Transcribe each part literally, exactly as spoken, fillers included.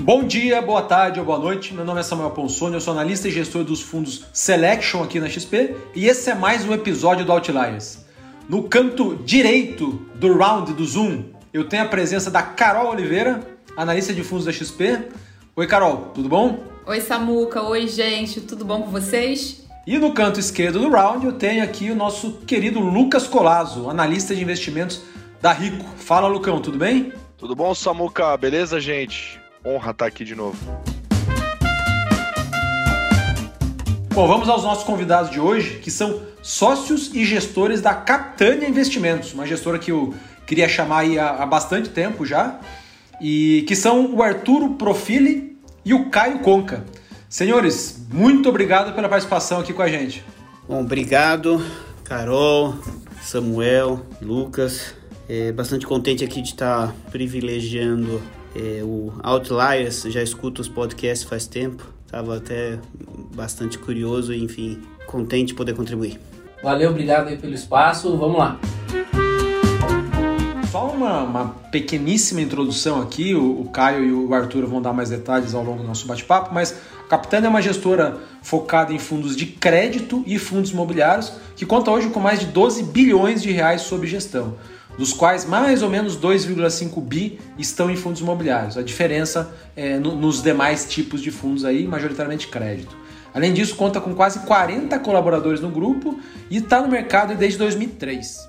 Bom dia, boa tarde ou boa noite, meu nome é Samuel Ponsoni, eu sou analista e gestor dos fundos Selection aqui na X P e esse é mais um episódio do Outliers. No canto direito do round do Zoom, eu tenho a presença da Carol Oliveira, analista de fundos da X P. Oi Carol, tudo bom? Oi Samuca, oi gente, tudo bom com vocês? E no canto esquerdo do round eu tenho aqui o nosso querido Lucas Collazo, analista de investimentos da Rico. Fala Lucão, tudo bem? Tudo bom Samuca, beleza gente? Honra estar aqui de novo. Bom, vamos aos nossos convidados de hoje, que são sócios e gestores da Capitânia Investimentos, uma gestora que eu queria chamar aí há, há bastante tempo já, e que são o Arturo Profili e o Caio Conca. Senhores, muito obrigado pela participação aqui com a gente. Bom, obrigado, Carol, Samuel, Lucas. É bastante contente aqui de estar privilegiando É, o Outliers. Já escuto os podcasts faz tempo, estava até bastante curioso e, enfim, contente de poder contribuir. Valeu, obrigado aí pelo espaço, vamos lá. Só uma, uma pequeníssima introdução aqui, o, o Caio e o Arthur vão dar mais detalhes ao longo do nosso bate-papo, mas a Capitânia é uma gestora focada em fundos de crédito e fundos imobiliários, que conta hoje com mais de doze bilhões de reais sob gestão, dos quais mais ou menos dois vírgula cinco bi estão em fundos imobiliários. A diferença é no, nos demais tipos de fundos aí, majoritariamente crédito. Além disso, conta com quase quarenta colaboradores no grupo e está no mercado desde dois mil e três.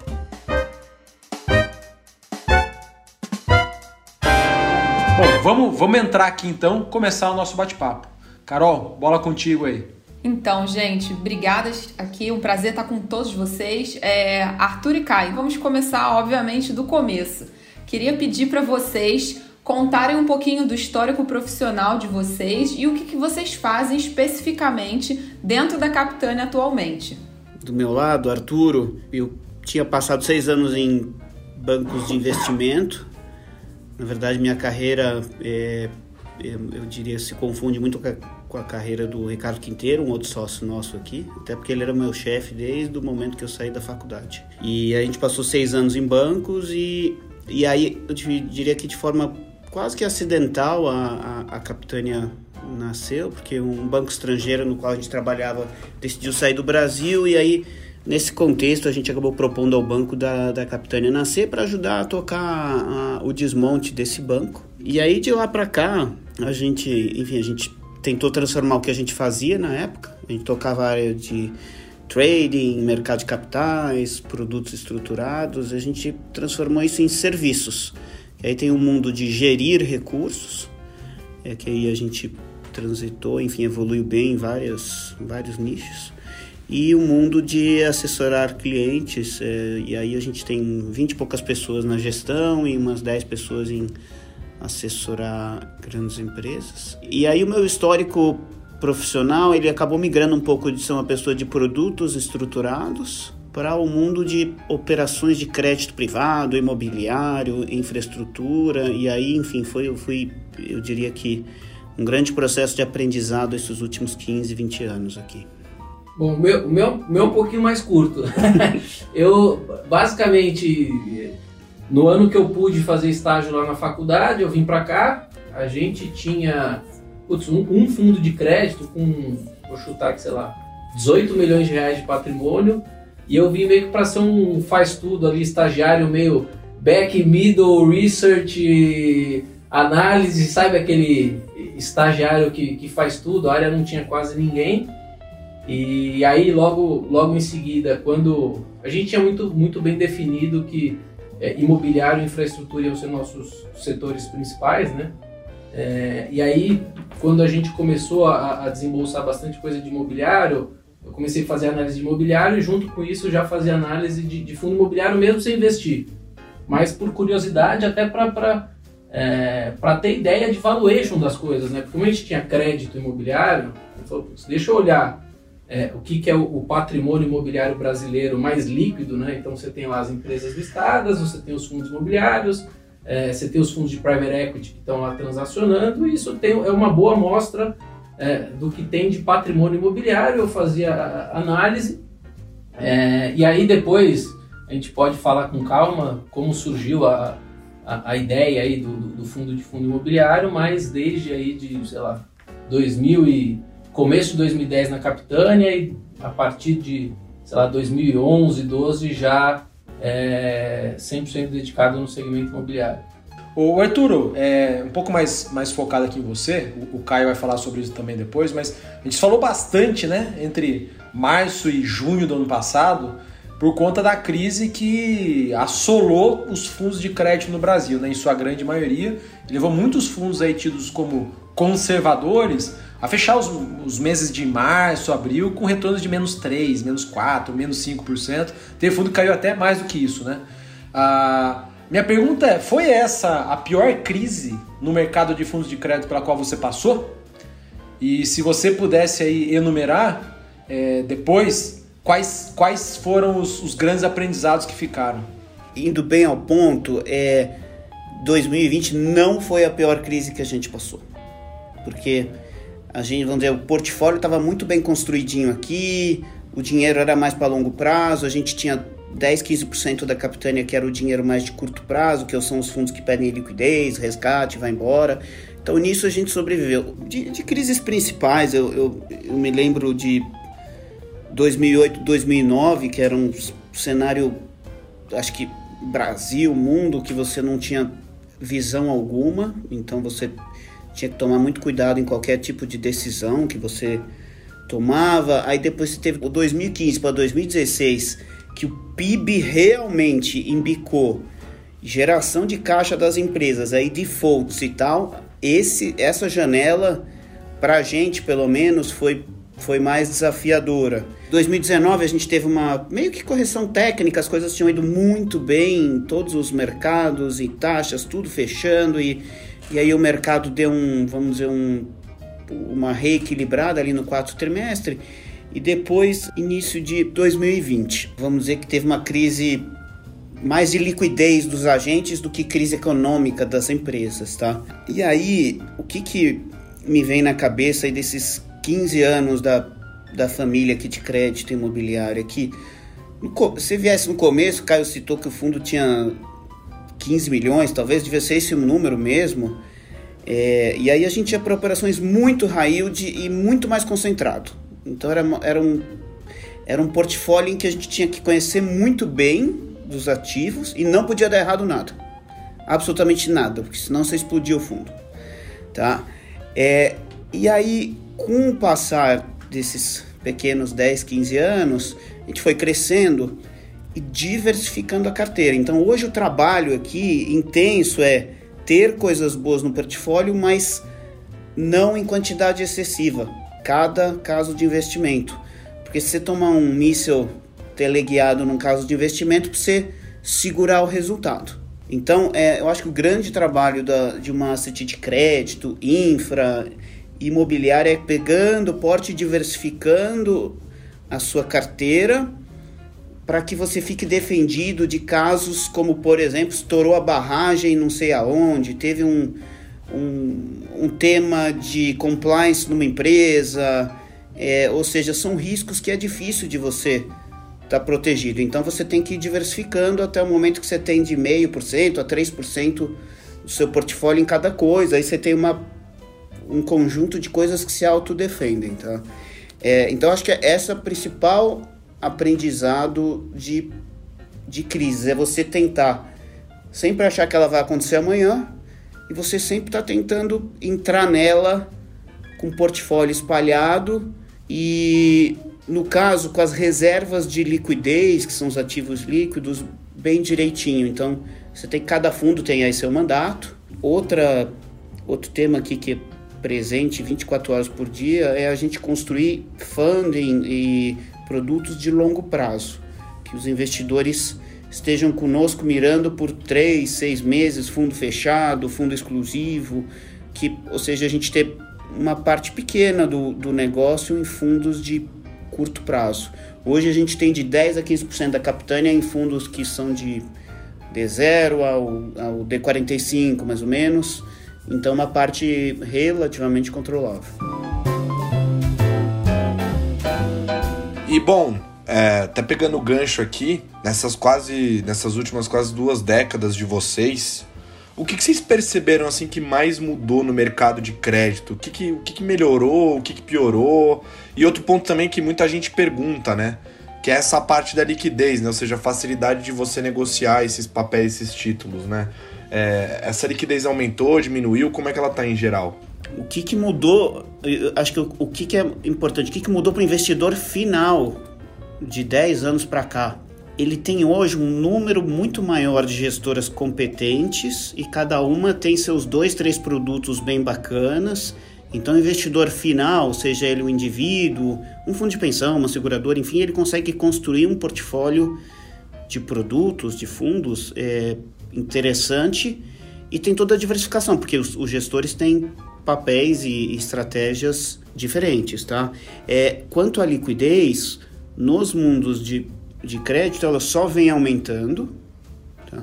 Bom, vamos, vamos entrar aqui então, começar o nosso bate-papo. Carol, bola contigo aí. Então, gente, obrigadas aqui, um prazer estar com todos vocês. É, Arthur e Caio, vamos começar, obviamente, do começo. Queria pedir para vocês contarem um pouquinho do histórico profissional de vocês e o que, que vocês fazem especificamente dentro da Capitânia atualmente. Do meu lado, Arturo, eu tinha passado seis anos em bancos de investimento. Na verdade, minha carreira, é, eu, eu diria, se confunde muito com a com a carreira do Ricardo Quinteiro, um outro sócio nosso aqui, até porque ele era meu chefe desde o momento que eu saí da faculdade. E a gente passou seis anos em bancos e, e aí eu diria que de forma quase que acidental a, a, a Capitânia nasceu, porque um banco estrangeiro no qual a gente trabalhava decidiu sair do Brasil e aí nesse contexto a gente acabou propondo ao banco da, da Capitânia nascer para ajudar a tocar a, o desmonte desse banco. E aí de lá para cá a gente, enfim, a gente tentou transformar o que a gente fazia na época. A gente tocava a área de trading, mercado de capitais, produtos estruturados. A gente transformou isso em serviços. E aí tem o mundo de gerir recursos, é que aí a gente transitou, enfim, evoluiu bem em várias, vários nichos. E o mundo de assessorar clientes, é, e aí a gente tem vinte e poucas pessoas na gestão e umas dez pessoas em assessorar grandes empresas. E aí o meu histórico profissional, ele acabou migrando um pouco de ser uma pessoa de produtos estruturados para o mundo de operações de crédito privado, imobiliário, infraestrutura, e aí, enfim, foi, eu fui, eu diria que um grande processo de aprendizado esses últimos quinze, vinte anos aqui. Bom, o meu, meu, meu é um pouquinho mais curto. Eu, basicamente, no ano que eu pude fazer estágio lá na faculdade, eu vim para cá, a gente tinha putz, um, um fundo de crédito com, vou chutar que sei lá, dezoito milhões de reais de patrimônio, e eu vim meio que para ser um faz-tudo ali, estagiário meio back, middle, research, análise, sabe aquele estagiário que, que faz tudo, a área não tinha quase ninguém, e aí logo, logo em seguida, quando a gente tinha muito, muito bem definido que É, imobiliário e infraestrutura iam ser nossos setores principais, né? É, e aí, quando a gente começou a, a desembolsar bastante coisa de imobiliário, eu comecei a fazer análise de imobiliário e junto com isso já fazia análise de, de fundo imobiliário mesmo sem investir. Mas por curiosidade, até para é, para ter ideia de valuation das coisas, né? Porque como a gente tinha crédito imobiliário, eu falei, deixa eu olhar É, o que, que é o, o patrimônio imobiliário brasileiro mais líquido, né? Então você tem lá as empresas listadas, você tem os fundos imobiliários, é, você tem os fundos de private equity que estão lá transacionando, e isso tem, é uma boa amostra é, do que tem de patrimônio imobiliário. Eu fazia a, a análise, é, e aí depois a gente pode falar com calma como surgiu a, a, a ideia aí do, do fundo de fundo imobiliário, mas desde aí de, sei lá, dois mil e, começo de dois mil e dez na Capitânia e a partir de, sei lá, dois mil e onze, doze já é, cem por cento dedicado no segmento imobiliário. Ô Arturo, é, um pouco mais, mais focado aqui em você, o, o Caio vai falar sobre isso também depois, mas a gente falou bastante, né, entre março e junho do ano passado, por conta da crise que assolou os fundos de crédito no Brasil, né, em sua grande maioria, e levou muitos fundos aí tidos como conservadores a fechar os, os meses de março, abril, com retornos de menos três por cento, menos quatro por cento, menos cinco por cento. Teve fundo que caiu até mais do que isso, né? Ah, minha pergunta é, foi essa a pior crise no mercado de fundos de crédito pela qual você passou? E se você pudesse aí enumerar, é, depois, quais, quais foram os, os grandes aprendizados que ficaram? Indo bem ao ponto, é, dois mil e vinte não foi a pior crise que a gente passou. Porque a gente, vamos dizer, o portfólio estava muito bem construidinho aqui, o dinheiro era mais para longo prazo, a gente tinha dez, quinze por cento da Capitânia que era o dinheiro mais de curto prazo, que são os fundos que pedem liquidez, resgate, vai embora. Então nisso a gente sobreviveu. De, de crises principais, eu, eu, eu me lembro de dois mil e oito, dois mil e nove, que era um cenário, acho que Brasil, mundo, que você não tinha visão alguma, então você tinha que tomar muito cuidado em qualquer tipo de decisão que você tomava. Aí depois você teve o dois mil e quinze para dois mil e dezesseis, que o P I B realmente embicou, geração de caixa das empresas, aí defaults e tal. Esse, essa janela, para a gente pelo menos, foi, foi mais desafiadora. Em dois mil e dezenove a gente teve uma meio que correção técnica, as coisas tinham ido muito bem em todos os mercados e taxas, tudo fechando, e, e aí o mercado deu um, vamos dizer, um, uma reequilibrada ali no quarto trimestre. E depois, início de dois mil e vinte, vamos dizer que teve uma crise mais de liquidez dos agentes do que crise econômica das empresas, tá? E aí, o que que me vem na cabeça aí desses quinze anos da, da família aqui de crédito imobiliário aqui? No, se viesse no começo, o Caio citou que o fundo tinha quinze milhões, talvez devia ser esse o número mesmo. É, e aí a gente ia para operações muito high yield e muito mais concentrado. Então era, era, um, era um portfólio em que a gente tinha que conhecer muito bem dos ativos e não podia dar errado nada. Absolutamente nada, porque senão você explodia o fundo. Tá? É, e aí, com o passar desses pequenos dez, quinze anos, a gente foi crescendo e diversificando a carteira. Então hoje o trabalho aqui intenso é ter coisas boas no portfólio, mas não em quantidade excessiva. Cada caso de investimento. Porque se você tomar um míssil teleguiado num caso de investimento, para você segurar o resultado. Então, é, eu acho que o grande trabalho da, de uma asset de crédito, infra, imobiliária, é pegando o porte e diversificando a sua carteira para que você fique defendido de casos como, por exemplo, estourou a barragem não sei aonde, teve um... Um, um tema de compliance numa empresa, é, ou seja, são riscos que é difícil de você estar tá protegido. Então você tem que ir diversificando até o momento que você tem de zero vírgula cinco por cento a três por cento do seu portfólio em cada coisa. Aí você tem uma, um conjunto de coisas que se autodefendem. Tá? É, então acho que essa é o principal aprendizado de, de crise, é você tentar sempre achar que ela vai acontecer amanhã, e você sempre está tentando entrar nela com o portfólio espalhado e, no caso, com as reservas de liquidez, que são os ativos líquidos, bem direitinho. Então, você tem cada fundo tem aí seu mandato. Outra, outro tema aqui que é presente vinte e quatro horas por dia é a gente construir funding e produtos de longo prazo, que os investidores estejam conosco mirando por três, seis meses, fundo fechado, fundo exclusivo, que, ou seja, a gente ter uma parte pequena do, do negócio em fundos de curto prazo. Hoje a gente tem de dez a quinze por cento da Capitânia em fundos que são de D zero ao, ao D quarenta e cinco, mais ou menos, então uma parte relativamente controlável. E bom, É, até pegando o gancho aqui, nessas quase, nessas últimas quase duas décadas de vocês, O que, que vocês perceberam assim que mais mudou no mercado de crédito? O que, que, o que, que melhorou, o que, que piorou? E outro ponto também que muita gente pergunta, né? Que é essa parte da liquidez, né? Ou seja, a facilidade de você negociar esses papéis, esses títulos, né? É, essa liquidez aumentou, diminuiu? Como é que ela está em geral? O que, que mudou, eu acho que o, o que, que é importante, o que, que mudou para o investidor final de dez anos para cá? Ele tem hoje um número muito maior de gestoras competentes e cada uma tem seus dois, três produtos bem bacanas. Então o investidor final, seja ele um indivíduo, um fundo de pensão, uma seguradora, enfim, ele consegue construir um portfólio de produtos, de fundos é, interessante e tem toda a diversificação, porque os, os gestores têm papéis e, e estratégias diferentes, tá? É, quanto à liquidez, nos mundos de de crédito, ela só vem aumentando, tá?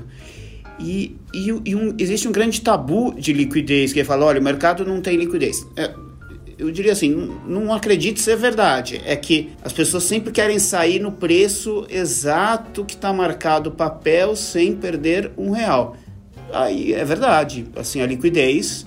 E, e, e um, existe um grande tabu de liquidez, que é falar, olha, o mercado não tem liquidez. É, eu diria assim, não, não acredito ser verdade, é que as pessoas sempre querem sair no preço exato que está marcado o papel sem perder um real. Aí é verdade, assim, a liquidez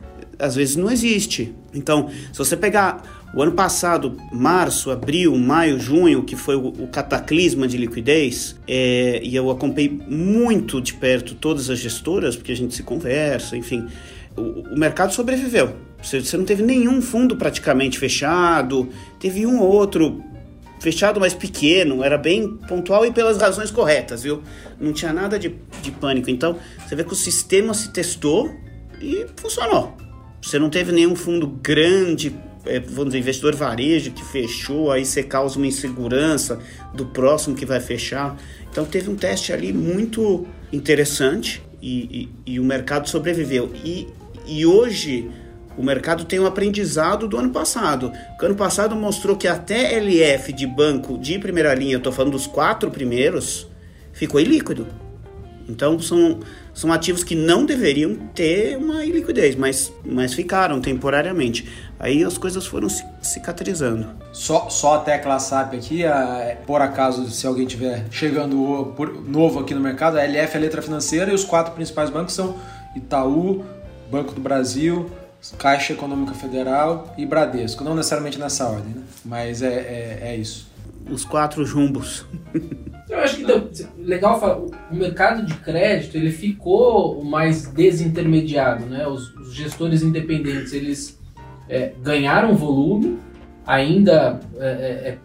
às vezes não existe. Então, se você pegar o ano passado, março, abril, maio, junho, que foi o, o cataclisma de liquidez, é, e eu acompanhei muito de perto todas as gestoras, porque a gente se conversa, enfim, o, o mercado sobreviveu. Você, você não teve nenhum fundo praticamente fechado, teve um ou outro fechado, mas pequeno, era bem pontual e pelas razões corretas, viu? Não tinha nada de, de pânico. Então, você vê que o sistema se testou e funcionou. Você não teve nenhum fundo grande, é, vamos dizer, investidor varejo que fechou, aí você causa uma insegurança do próximo que vai fechar. Então teve um teste ali muito interessante e, e, e o mercado sobreviveu. E, e hoje o mercado tem um aprendizado do ano passado. O ano passado mostrou que até L F de banco de primeira linha, eu estou falando dos quatro primeiros, ficou ilíquido. Então são, são ativos que não deveriam ter uma iliquidez, mas, mas ficaram temporariamente. Aí as coisas foram cicatrizando. Só, só a tecla S A P aqui, a, por acaso, se alguém estiver chegando por, novo aqui no mercado, a L F é a letra financeira e os quatro principais bancos são Itaú, Banco do Brasil, Caixa Econômica Federal e Bradesco. Não necessariamente nessa ordem, né? Mas é, é, é isso. Os quatro jumbos. Eu acho que então, legal falar, o mercado de crédito ele ficou mais desintermediado, né? Os, os gestores independentes eles é, ganharam volume, ainda é, é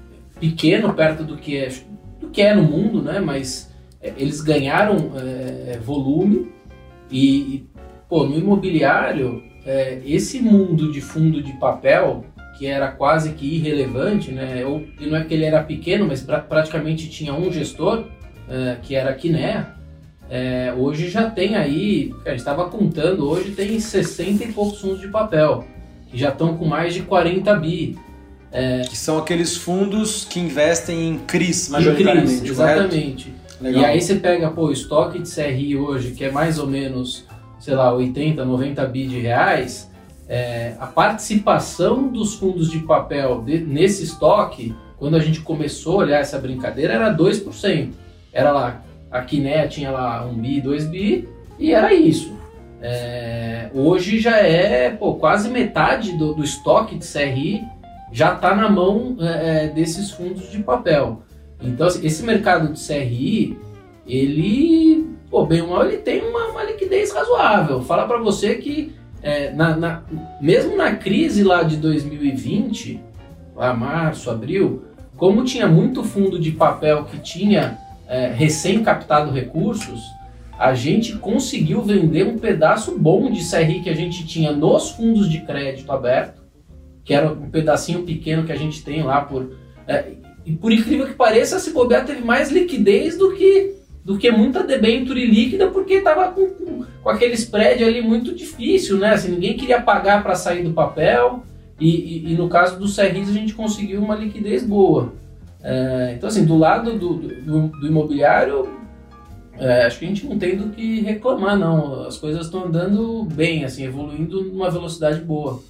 pequeno perto do que é, do que é no mundo, né? Mas é, eles ganharam é, volume e, e pô, no imobiliário é, esse mundo de fundo de papel que era quase que irrelevante, né? Ou, e não é que ele era pequeno, mas pra, praticamente tinha um gestor, é, que era a Kinea. É, hoje já tem aí, a gente estava contando, hoje tem sessenta e poucos fundos de papel, que já estão com mais de quarenta bi. É, que são aqueles fundos que investem em C R Is, majoritariamente, em C R Is, exatamente. Legal. E aí você pega, pô, o estoque de C R I hoje, que é mais ou menos, sei lá, oitenta, noventa bi de reais. É, a participação dos fundos de papel de, nesse estoque, quando a gente começou a olhar essa brincadeira, era dois por cento. Era lá, a Kinea tinha lá um bi, dois bi, e era isso. É, hoje já é pô, quase metade do, do estoque de C R I já está na mão é, desses fundos de papel. Então, assim, esse mercado de C R I, ele, pô, bem ou mal, ele tem uma, uma liquidez razoável. Fala para você que É, na, na, mesmo na crise lá de dois mil e vinte, lá março, abril, como tinha muito fundo de papel que tinha é, recém-captado recursos, a gente conseguiu vender um pedaço bom de C R I que a gente tinha nos fundos de crédito aberto, que era um pedacinho pequeno que a gente tem lá. Por, é, e por incrível que pareça, a Cibobear teve mais liquidez do que do que muita debênture líquida, porque estava com, com, com aquele spread ali muito difícil, né? Assim, ninguém queria pagar para sair do papel, e, e, e no caso do C R Is a gente conseguiu uma liquidez boa. É, então, assim, do lado do, do, do imobiliário, é, acho que a gente não tem do que reclamar, não. As coisas estão andando bem, assim, evoluindo numa velocidade boa.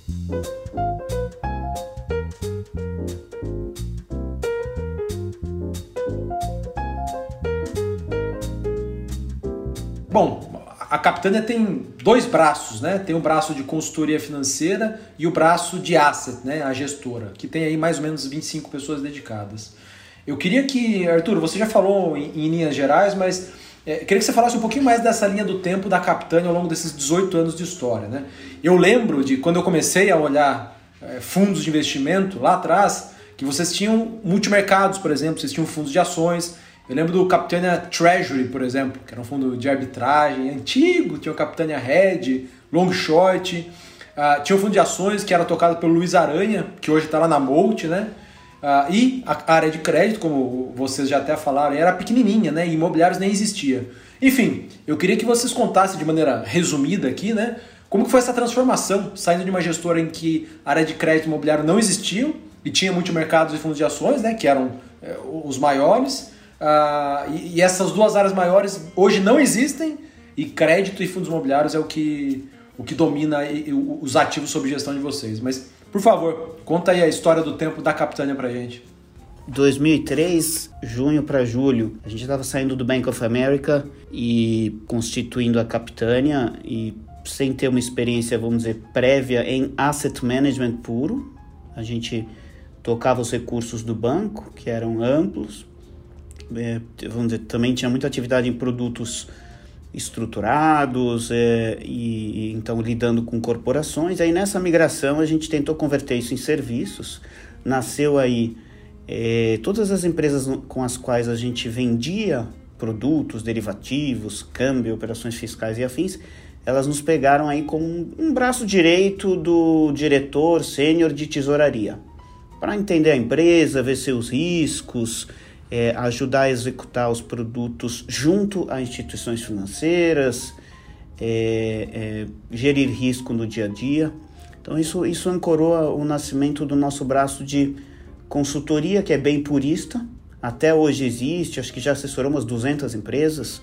Bom, a Capitânia tem dois braços, né? Tem o braço de consultoria financeira e o braço de asset, né? A gestora, que tem aí mais ou menos vinte e cinco pessoas dedicadas. Eu queria que, Arthur, você já falou em, em linhas gerais, mas é, queria que você falasse um pouquinho mais dessa linha do tempo da Capitânia ao longo desses dezoito anos de história, né? Eu lembro de quando eu comecei a olhar é, fundos de investimento lá atrás, que vocês tinham multimercados, por exemplo, vocês tinham fundos de ações. Eu lembro do Capitânia Treasury, por exemplo, que era um fundo de arbitragem antigo, tinha o Capitânia Red, Long Short, uh, tinha um fundo de ações que era tocado pelo Luiz Aranha, que hoje está lá na Molt, né? Uh, e a área de crédito, como vocês já até falaram, era pequenininha, né? E imobiliários nem existia. Enfim, eu queria que vocês contassem de maneira resumida aqui, né? Como que foi essa transformação, saindo de uma gestora em que a área de crédito imobiliário não existia e tinha multimercados e fundos de ações, né? Que eram eh, os maiores. Uh, e, e essas duas áreas maiores hoje não existem e crédito e fundos imobiliários é o que, o que domina e, e, os ativos sob gestão de vocês. Mas, por favor, conta aí a história do tempo da Capitânia pra gente. dois mil e três, junho para julho, a gente estava saindo do Bank of America e constituindo a Capitânia e sem ter uma experiência, vamos dizer, prévia em asset management puro. A gente tocava os recursos do banco, que eram amplos. É, vamos dizer, também tinha muita atividade em produtos estruturados é, e, e então lidando com corporações. Aí nessa migração a gente tentou converter isso em serviços. Nasceu aí é, todas as empresas com as quais a gente vendia produtos, derivativos, câmbio, operações fiscais e afins, elas nos pegaram aí como um, um braço direito do diretor sênior de tesouraria, para entender a empresa, ver seus riscos, É, ajudar a executar os produtos junto a instituições financeiras, é, é, gerir risco no dia a dia. Então isso, isso ancorou o nascimento do nosso braço de consultoria, que é bem purista. Até hoje existe, acho que já assessorou umas duzentas empresas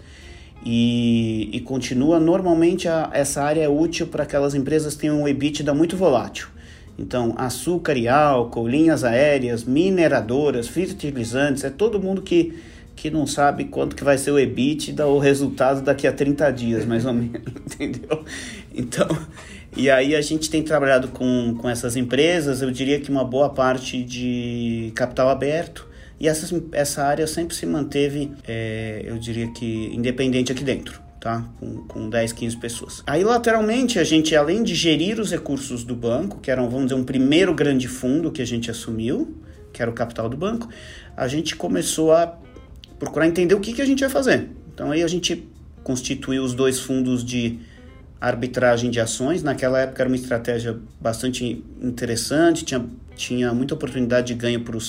e, e continua. Normalmente a, essa área é útil para aquelas empresas que têm um EBITDA muito volátil. Então, açúcar e álcool, linhas aéreas, mineradoras, fertilizantes, é todo mundo que, que não sabe quanto que vai ser o EBITDA ou o resultado daqui a trinta dias, mais ou menos, entendeu? Então, e aí a gente tem trabalhado com, com essas empresas, eu diria que uma boa parte de capital aberto, e essa, essa área sempre se manteve, é, eu diria que independente aqui dentro. Tá? Com, com dez, quinze pessoas. Aí, lateralmente, a gente, além de gerir os recursos do banco, que eram, vamos dizer, um primeiro grande fundo que a gente assumiu, que era o capital do banco, a gente começou a procurar entender o que, que a gente ia fazer. Então, aí a gente constituiu os dois fundos de arbitragem de ações. Naquela época era uma estratégia bastante interessante, tinha, tinha muita oportunidade de ganho para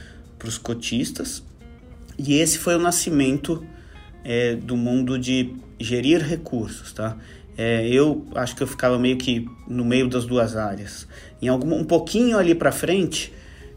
os cotistas. E esse foi o nascimento é, do mundo de gerir recursos, tá? É, eu acho que eu ficava meio que no meio das duas áreas. Em algum, um pouquinho ali para frente,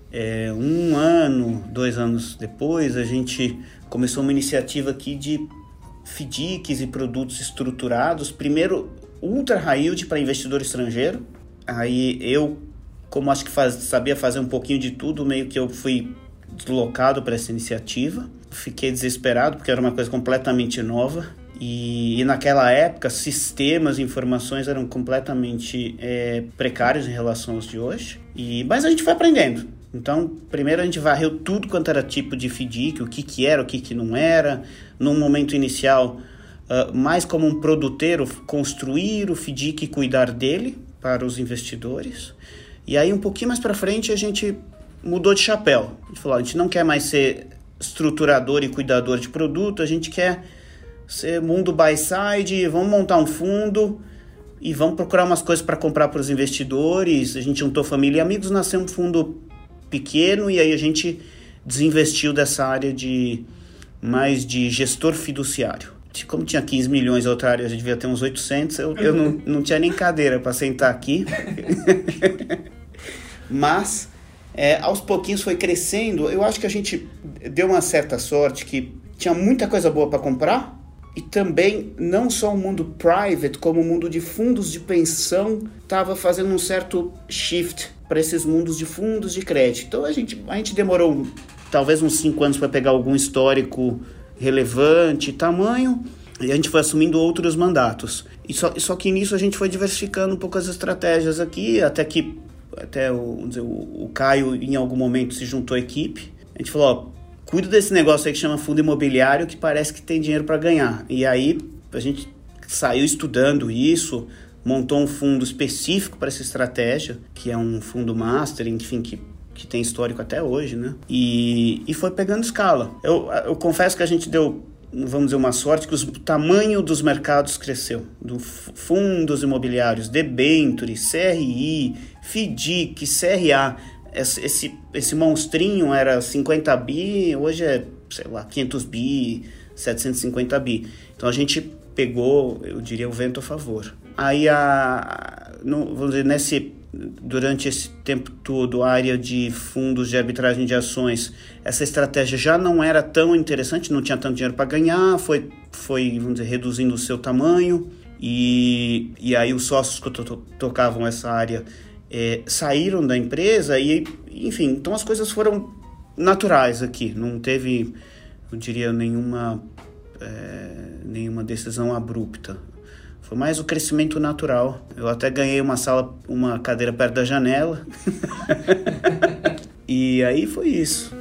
é, um ano, dois anos depois, a gente começou uma iniciativa aqui de F D I Cs e produtos estruturados. Primeiro, ultra high yield para investidor estrangeiro. Aí eu, como acho que faz, sabia fazer um pouquinho de tudo, meio que eu fui deslocado para essa iniciativa. Fiquei desesperado porque era uma coisa completamente nova. E, e naquela época, sistemas e informações eram completamente é, precários em relação aos de hoje. E, mas a gente foi aprendendo. Então, primeiro a gente varreu tudo quanto era tipo de F D I, o que, que era, o que, que não era. Num momento inicial, uh, mais como um produteiro, construir o F D I e cuidar dele para os investidores. E aí, um pouquinho mais para frente, a gente mudou de chapéu. A gente falou, a gente não quer mais ser estruturador e cuidador de produto, a gente quer ser mundo buy side, vamos montar um fundo e vamos procurar umas coisas para comprar para os investidores. A gente juntou família e amigos, nasceu um fundo pequeno e aí a gente desinvestiu dessa área de mais de gestor fiduciário. Como tinha quinze milhões, a outra área a gente devia ter uns oitocentos, eu, eu não, não tinha nem cadeira para sentar aqui. Mas é, aos pouquinhos foi crescendo. Eu acho que a gente deu uma certa sorte que tinha muita coisa boa para comprar. E também, não só o mundo private, como o mundo de fundos de pensão estava fazendo um certo shift para esses mundos de fundos de crédito. Então a gente, a gente demorou talvez uns cinco anos para pegar algum histórico relevante, tamanho, E a gente foi assumindo outros mandatos. E só, só que nisso a gente foi diversificando um pouco as estratégias aqui, até que até o, vamos dizer, o, o Caio em algum momento se juntou à equipe. A gente falou, ó, cuida desse negócio aí que chama fundo imobiliário, que parece que tem dinheiro para ganhar. E aí a gente saiu estudando isso, montou um fundo específico para essa estratégia, que é um fundo master, enfim, que, que tem histórico até hoje, né? E, e foi pegando escala. Eu, eu confesso que a gente deu, vamos dizer, uma sorte que o tamanho dos mercados cresceu. Do fundos imobiliários, debentures, C R I, FDIC, C R A. Esse, esse, esse monstrinho era cinquenta bi, hoje é, sei lá, quinhentos bi, setecentos e cinquenta bi. Então a gente pegou, eu diria, o vento a favor. Aí, a, no, vamos dizer, nesse, durante esse tempo todo, a área de fundos de arbitragem de ações, essa estratégia já não era tão interessante, não tinha tanto dinheiro para ganhar, foi, foi, vamos dizer, reduzindo o seu tamanho, e, e aí os sócios que to, to, tocavam essa área é, saíram da empresa, e, enfim, então as coisas foram naturais aqui, não teve, eu diria, nenhuma, é, nenhuma decisão abrupta. Foi mais o crescimento natural. Eu até ganhei uma sala, uma cadeira perto da janela. E aí foi isso.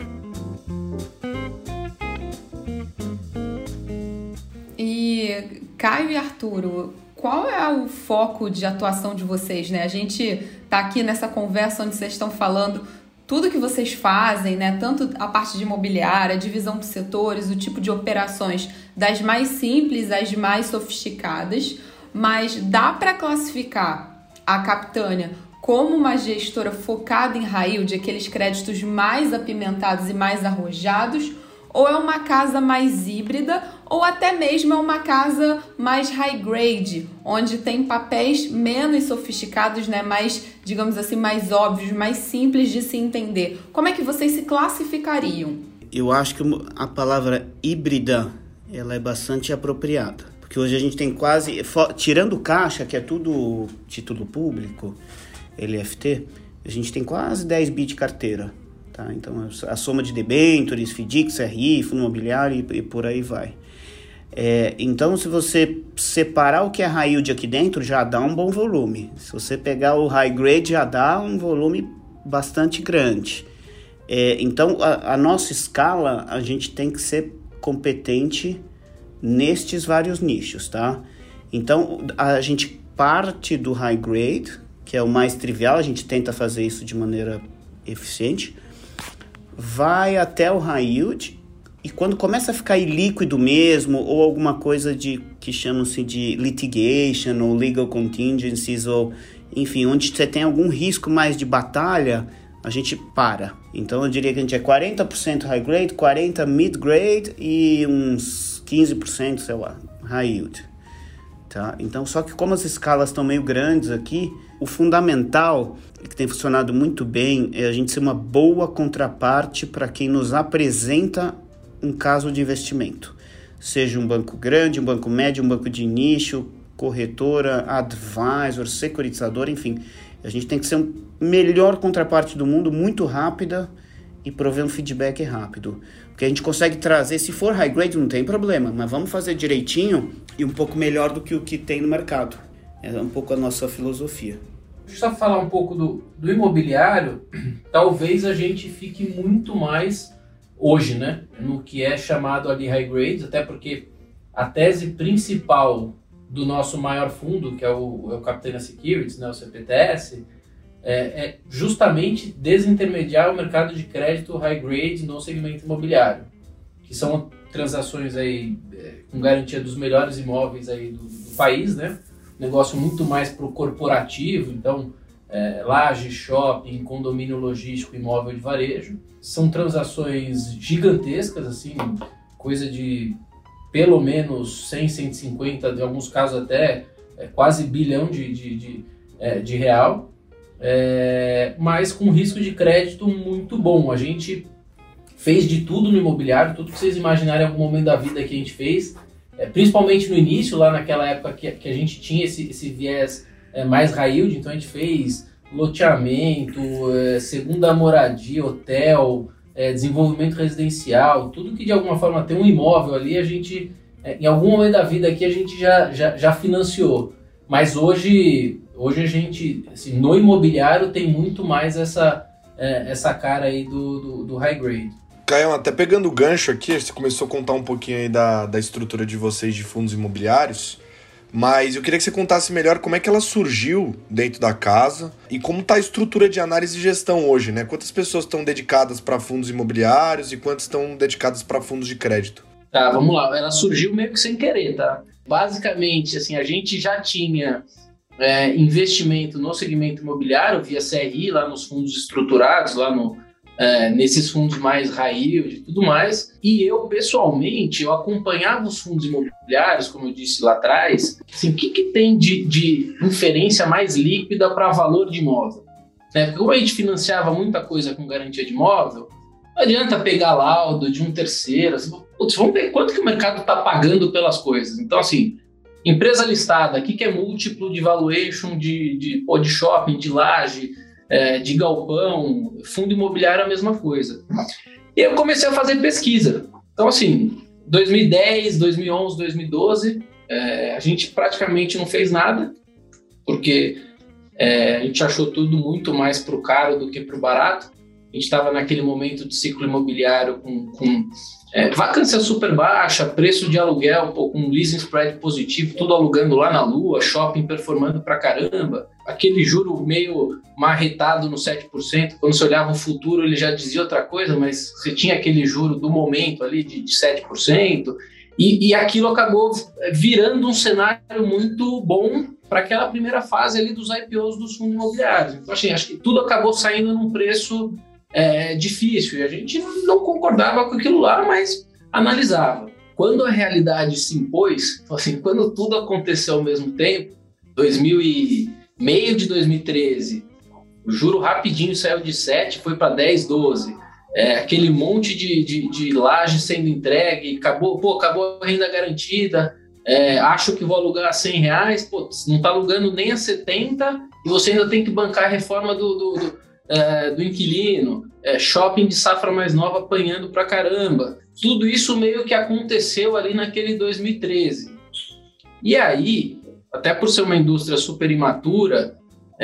E Caio e Arturo, qual é o foco de atuação de vocês, né? A gente tá aqui nessa conversa onde vocês estão falando tudo que vocês fazem, né? Tanto a parte de imobiliária, a divisão de setores, o tipo de operações, das mais simples às mais sofisticadas. Mas dá para classificar a Capitânia como uma gestora focada em high yield, aqueles créditos mais apimentados e mais arrojados, ou é uma casa mais híbrida, ou até mesmo é uma casa mais high grade, onde tem papéis menos sofisticados, né, mais, digamos assim, mais óbvios, mais simples de se entender. Como é que vocês se classificariam? Eu acho que a palavra híbrida, ela é bastante apropriada. Porque hoje a gente tem quase, tirando o caixa, que é tudo título público, L F T, a gente tem quase dez bi de carteira, tá? Então a soma de debentures, FDIC, C R I, fundo imobiliário e, e por aí vai. É, então se você separar o que é high yield aqui dentro, já dá um bom volume. Se você pegar o high grade, já dá um volume bastante grande. É, então a, a nossa escala, a gente tem que ser competente nestes vários nichos, tá? Então, a gente parte do high grade, que é o mais trivial, a gente tenta fazer isso de maneira eficiente, vai até o high yield, e quando começa a ficar ilíquido mesmo, ou alguma coisa de, que chamam-se de litigation, ou legal contingencies, ou, enfim, onde você tem algum risco mais de batalha, a gente para. Então, eu diria que a gente é quarenta por cento high grade, quarenta por cento mid grade e uns quinze por cento, sei lá, high yield, tá? Então, só que como as escalas estão meio grandes aqui, o fundamental, que tem funcionado muito bem, é a gente ser uma boa contraparte para quem nos apresenta um caso de investimento. Seja um banco grande, um banco médio, um banco de nicho, corretora, advisor, securitizador, enfim. A gente tem que ser a melhor contraparte do mundo, muito rápida, e prover um feedback rápido. Porque a gente consegue trazer, se for high grade não tem problema, mas vamos fazer direitinho e um pouco melhor do que o que tem no mercado. É um pouco a nossa filosofia. Deixa eu só falar um pouco do, do imobiliário. Talvez a gente fique muito mais hoje, né, no que é chamado ali high grade, até porque a tese principal do nosso maior fundo, que é o, é o Capitânia Securities, né, o C P T S, É, é justamente desintermediar o mercado de crédito high grade no segmento imobiliário, que são transações aí é, com garantia dos melhores imóveis aí do, do país, né? Negócio muito mais para o corporativo, então é, laje, shopping, condomínio logístico, imóvel de varejo. São transações gigantescas, assim, coisa de pelo menos cem, cento e cinquenta, em alguns casos até é, quase bilhão de, de, de, é, de real. É, mas com risco de crédito muito bom. A gente fez de tudo no imobiliário, tudo que vocês imaginarem em algum momento da vida que a gente fez, é, principalmente no início, lá naquela época que, que a gente tinha esse, esse viés é, mais high yield, então a gente fez loteamento, é, segunda moradia, hotel, é, desenvolvimento residencial, tudo que de alguma forma tem um imóvel ali, a gente é, em algum momento da vida aqui a gente já, já, já financiou. Mas hoje, hoje a gente, assim, no imobiliário tem muito mais essa, é, essa cara aí do, do, do high grade. Caio, até pegando o gancho aqui, você começou a contar um pouquinho aí da, da estrutura de vocês de fundos imobiliários, mas eu queria que você contasse melhor como é que ela surgiu dentro da casa e como está a estrutura de análise e gestão hoje, né? Quantas pessoas estão dedicadas para fundos imobiliários e quantas estão dedicadas para fundos de crédito? Tá, vamos lá. Ela surgiu meio que sem querer, tá? Basicamente, assim, a gente já tinha é, investimento no segmento imobiliário via C R I, lá nos fundos estruturados, lá no, é, nesses fundos mais high yield e tudo mais. E eu, pessoalmente, eu acompanhava os fundos imobiliários, como eu disse lá atrás, assim, o que, que tem de, de inferência mais líquida para valor de imóvel? Né? Porque como a gente financiava muita coisa com garantia de imóvel, não adianta pegar laudo de um terceiro, assim, putz, vamos ver quanto que o mercado está pagando pelas coisas. Então, assim, empresa listada, o que, que é múltiplo de valuation de, de, pô, de shopping, de laje, é, de galpão, fundo imobiliário é a mesma coisa. E eu comecei a fazer pesquisa. Então, assim, dois mil e dez, dois mil e onze, dois mil e doze, é, a gente praticamente não fez nada, porque é, a gente achou tudo muito mais para o caro do que para o barato. A gente estava naquele momento de ciclo imobiliário com, com é, vacância super baixa, preço de aluguel pô, com leasing spread positivo, tudo alugando lá na lua, shopping performando pra caramba, aquele juro meio marretado no sete por cento, quando você olhava o futuro ele já dizia outra coisa, mas você tinha aquele juro do momento ali de, de sete por cento, e, e aquilo acabou virando um cenário muito bom para aquela primeira fase ali dos I P Os dos fundos imobiliários. Então, assim, acho que tudo acabou saindo num preço É, difícil, e a gente não concordava com aquilo lá, mas analisava. Quando a realidade se impôs, assim, quando tudo aconteceu ao mesmo tempo, dois mil e meio de dois mil e treze, o juro rapidinho saiu de sete, foi para dez, doze, é, aquele monte de, de, de laje sendo entregue, acabou, pô, acabou a renda garantida, é, acho que vou alugar a cem reais, pô, não está alugando nem a setenta e você ainda tem que bancar a reforma do, do, do É, do inquilino, é, shopping de safra mais nova apanhando pra caramba. Tudo isso meio que aconteceu ali naquele dois mil e treze. E aí, até por ser uma indústria super imatura,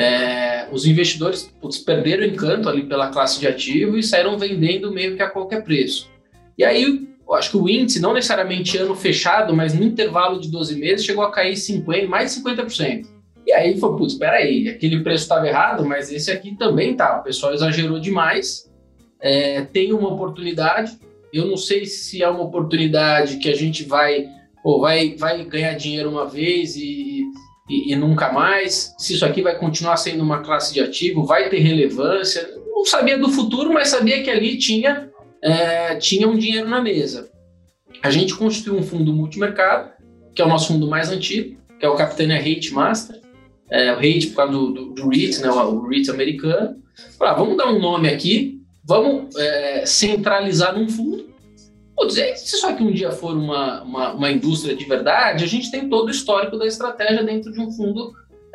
é, os investidores putz, perderam o encanto ali pela classe de ativo e saíram vendendo meio que a qualquer preço. E aí, eu acho que o índice, não necessariamente ano fechado, mas no intervalo de doze meses, chegou a cair cinquenta, mais de cinquenta por cento. E aí foi, putz, espera aí, aquele preço estava errado, mas esse aqui também tá, o pessoal exagerou demais, é, tem uma oportunidade, eu não sei se é uma oportunidade que a gente vai, pô, vai, vai ganhar dinheiro uma vez e, e, e nunca mais, se isso aqui vai continuar sendo uma classe de ativo, vai ter relevância, não sabia do futuro, mas sabia que ali tinha, é, tinha um dinheiro na mesa. A gente constituiu um fundo multimercado, que é o nosso fundo mais antigo, que é o Capitânia REIT Master, É, o REIT por causa do, do, do REIT, né, o REIT americano. Ah, vamos dar um nome aqui, vamos é, centralizar num fundo. Pô, dizer, se isso aqui um dia for uma, uma, uma indústria de verdade, a gente tem todo o histórico da estratégia dentro de um fundo,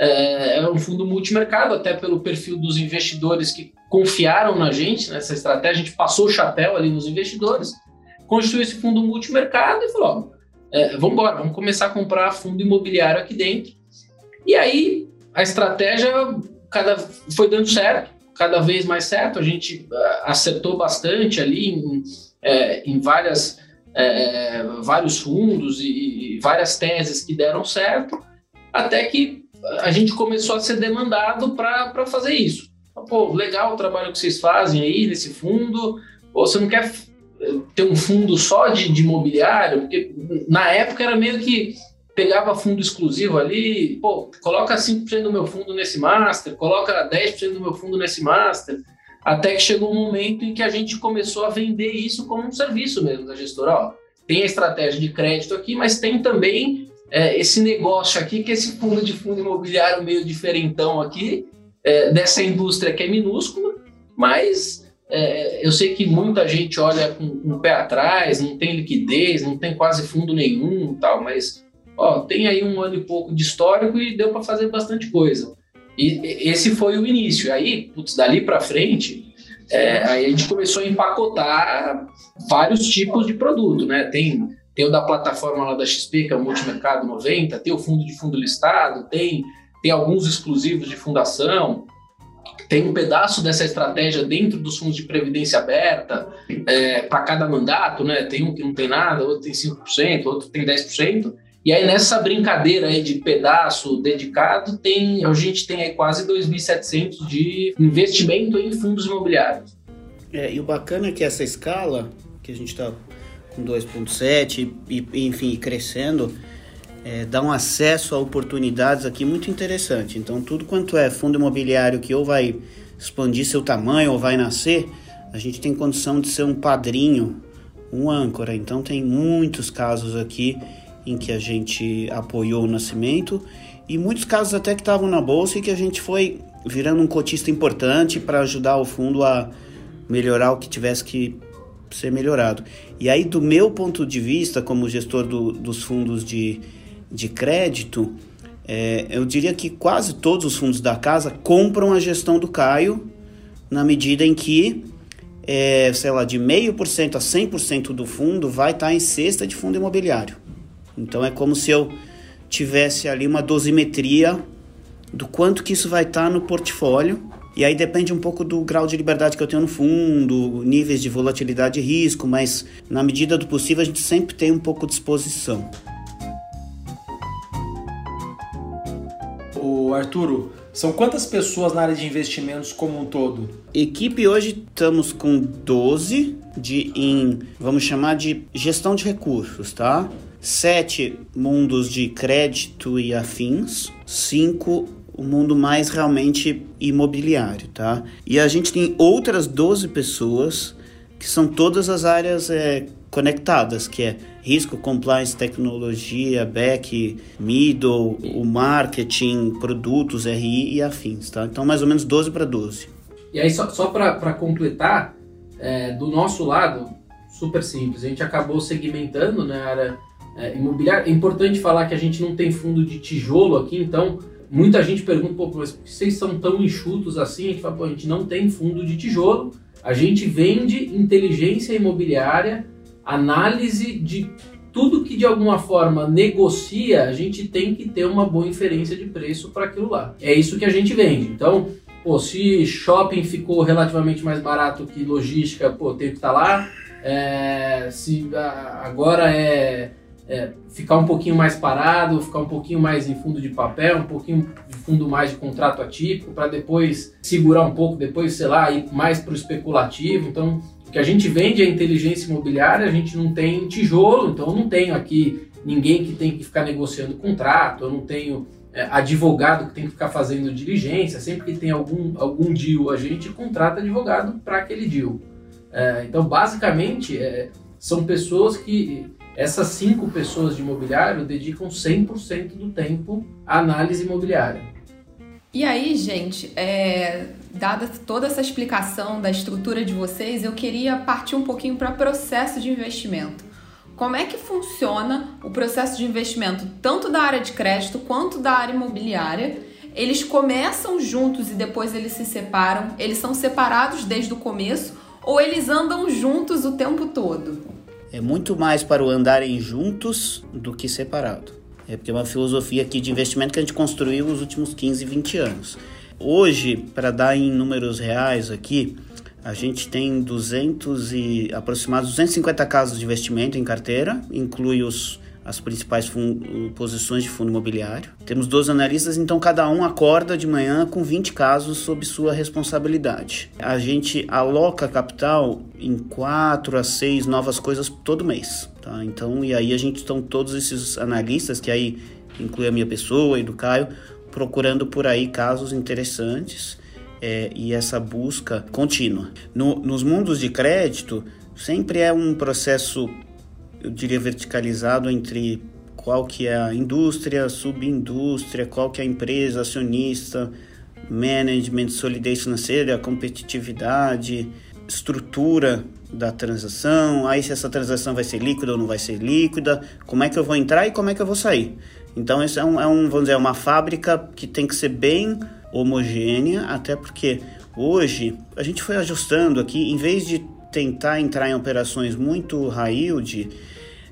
é, é um fundo multimercado, até pelo perfil dos investidores que confiaram na gente, nessa estratégia, a gente passou o chapéu ali nos investidores, constituiu esse fundo multimercado e falou, ó, é, vamos embora, vamos começar a comprar fundo imobiliário aqui dentro. E aí, a estratégia cada, foi dando certo, cada vez mais certo, a gente uh, acertou bastante ali em, é, em várias, é, vários fundos e, e várias teses que deram certo, até que a gente começou a ser demandado para fazer isso. Pô, legal o trabalho que vocês fazem aí nesse fundo, ou você não quer ter um fundo só de, de imobiliário? Porque na época era meio que pegava fundo exclusivo ali, pô, coloca cinco por cento do meu fundo nesse master, coloca dez por cento do meu fundo nesse master, até que chegou um momento em que a gente começou a vender isso como um serviço mesmo da gestora. Ó, tem a estratégia de crédito aqui, mas tem também é, esse negócio aqui, que é esse fundo de fundo imobiliário meio diferentão aqui, é, dessa indústria que é minúscula, mas é, eu sei que muita gente olha com, com o pé atrás, não tem liquidez, não tem quase fundo nenhum e tal, mas ó, tem aí um ano e pouco de histórico e deu para fazer bastante coisa. E esse foi o início. Aí, putz, dali para frente, é, aí a gente começou a empacotar vários tipos de produto, né? Tem tem o da plataforma lá da X P, que é o Multimercado noventa, tem o fundo de fundo listado, tem, tem alguns exclusivos de fundação, tem um pedaço dessa estratégia dentro dos fundos de previdência aberta, é, para cada mandato, né? Tem um que não tem nada, outro tem cinco por cento, outro tem dez por cento. E aí nessa brincadeira aí de pedaço dedicado, tem, a gente tem aí quase dois mil e setecentos de investimento em fundos imobiliários. É, e o bacana é que essa escala, que a gente está com dois vírgula sete e, enfim, crescendo, é, dá um acesso a oportunidades aqui muito interessante. Então, tudo quanto é fundo imobiliário que ou vai expandir seu tamanho ou vai nascer, a gente tem condição de ser um padrinho, um âncora. Então, tem muitos casos aqui em que a gente apoiou o nascimento e muitos casos até que estavam na bolsa e que a gente foi virando um cotista importante para ajudar o fundo a melhorar o que tivesse que ser melhorado. E aí, do meu ponto de vista, como gestor do, dos fundos de, de crédito, é, eu diria que quase todos os fundos da casa compram a gestão do Caio, na medida em que, é, sei lá, de zero vírgula cinco por cento a cem por cento do fundo vai estar em cesta de fundo imobiliário. Então, é como se eu tivesse ali uma dosimetria do quanto que isso vai estar no portfólio. E aí depende um pouco do grau de liberdade que eu tenho no fundo, níveis de volatilidade e risco, mas na medida do possível a gente sempre tem um pouco de exposição. Ô Arturo, são quantas pessoas na área de investimentos como um todo? Equipe hoje estamos com doze de, em, vamos chamar de gestão de recursos, tá? Sete mundos de crédito e afins, cinco o mundo mais realmente imobiliário, tá? E a gente tem outras doze pessoas que são todas as áreas é, conectadas, que é risco, compliance, tecnologia, back, middle, o marketing, produtos, R I e afins, tá? Então, mais ou menos doze para doze. E aí, só, só para completar, é, do nosso lado, super simples, a gente acabou segmentando na área é, imobiliária. É importante falar que a gente não tem fundo de tijolo aqui, então muita gente pergunta, pô, mas vocês são tão enxutos assim? A gente fala, pô, a gente não tem fundo de tijolo, a gente vende inteligência imobiliária, análise de tudo que de alguma forma negocia, a gente tem que ter uma boa inferência de preço para aquilo lá. É isso que a gente vende. Então, pô, se shopping ficou relativamente mais barato que logística, pô, tem que estar lá. É, se a, agora é... É, ficar um pouquinho mais parado, ficar um pouquinho mais em fundo de papel, um pouquinho de fundo mais de contrato atípico, para depois segurar um pouco, depois, sei lá, ir mais para o especulativo. Então, o que a gente vende é inteligência imobiliária, a gente não tem tijolo, então eu não tenho aqui ninguém que tem que ficar negociando contrato, eu não tenho é, advogado que tem que ficar fazendo diligência, sempre que tem algum, algum deal, a gente contrata advogado para aquele deal. É, então, basicamente, é, são pessoas que... Essas cinco pessoas de imobiliário dedicam cem por cento do tempo à análise imobiliária. E aí, gente, é, dada toda essa explicação da estrutura de vocês, eu queria partir um pouquinho para o processo de investimento. Como é que funciona o processo de investimento, tanto da área de crédito quanto da área imobiliária? Eles começam juntos e depois eles se separam? Eles são separados desde o começo ou eles andam juntos o tempo todo? É muito mais para o andarem juntos do que separado. É porque é uma filosofia aqui de investimento que a gente construiu nos últimos quinze, vinte anos. Hoje, para dar em números reais aqui, a gente tem duzentos e, aproximadamente duzentas e cinquenta casos de investimento em carteira, inclui os, as principais fundo, posições de fundo imobiliário. Temos doze analistas, então cada um acorda de manhã com vinte casos sob sua responsabilidade. A gente aloca capital em quatro a seis novas coisas todo mês. Tá? Então, e aí a gente estão todos esses analistas, que aí inclui a minha pessoa e do Caio, procurando por aí casos interessantes é, e essa busca contínua. No, nos mundos de crédito, sempre é um processo, eu diria, verticalizado entre qual que é a indústria, subindústria, qual que é a empresa, acionista, management, solidez financeira, competitividade, estrutura da transação, aí se essa transação vai ser líquida ou não vai ser líquida, como é que eu vou entrar e como é que eu vou sair. Então, isso é, um, é um, vamos dizer, uma fábrica que tem que ser bem homogênea, até porque hoje a gente foi ajustando aqui, em vez de tentar entrar em operações muito high yield,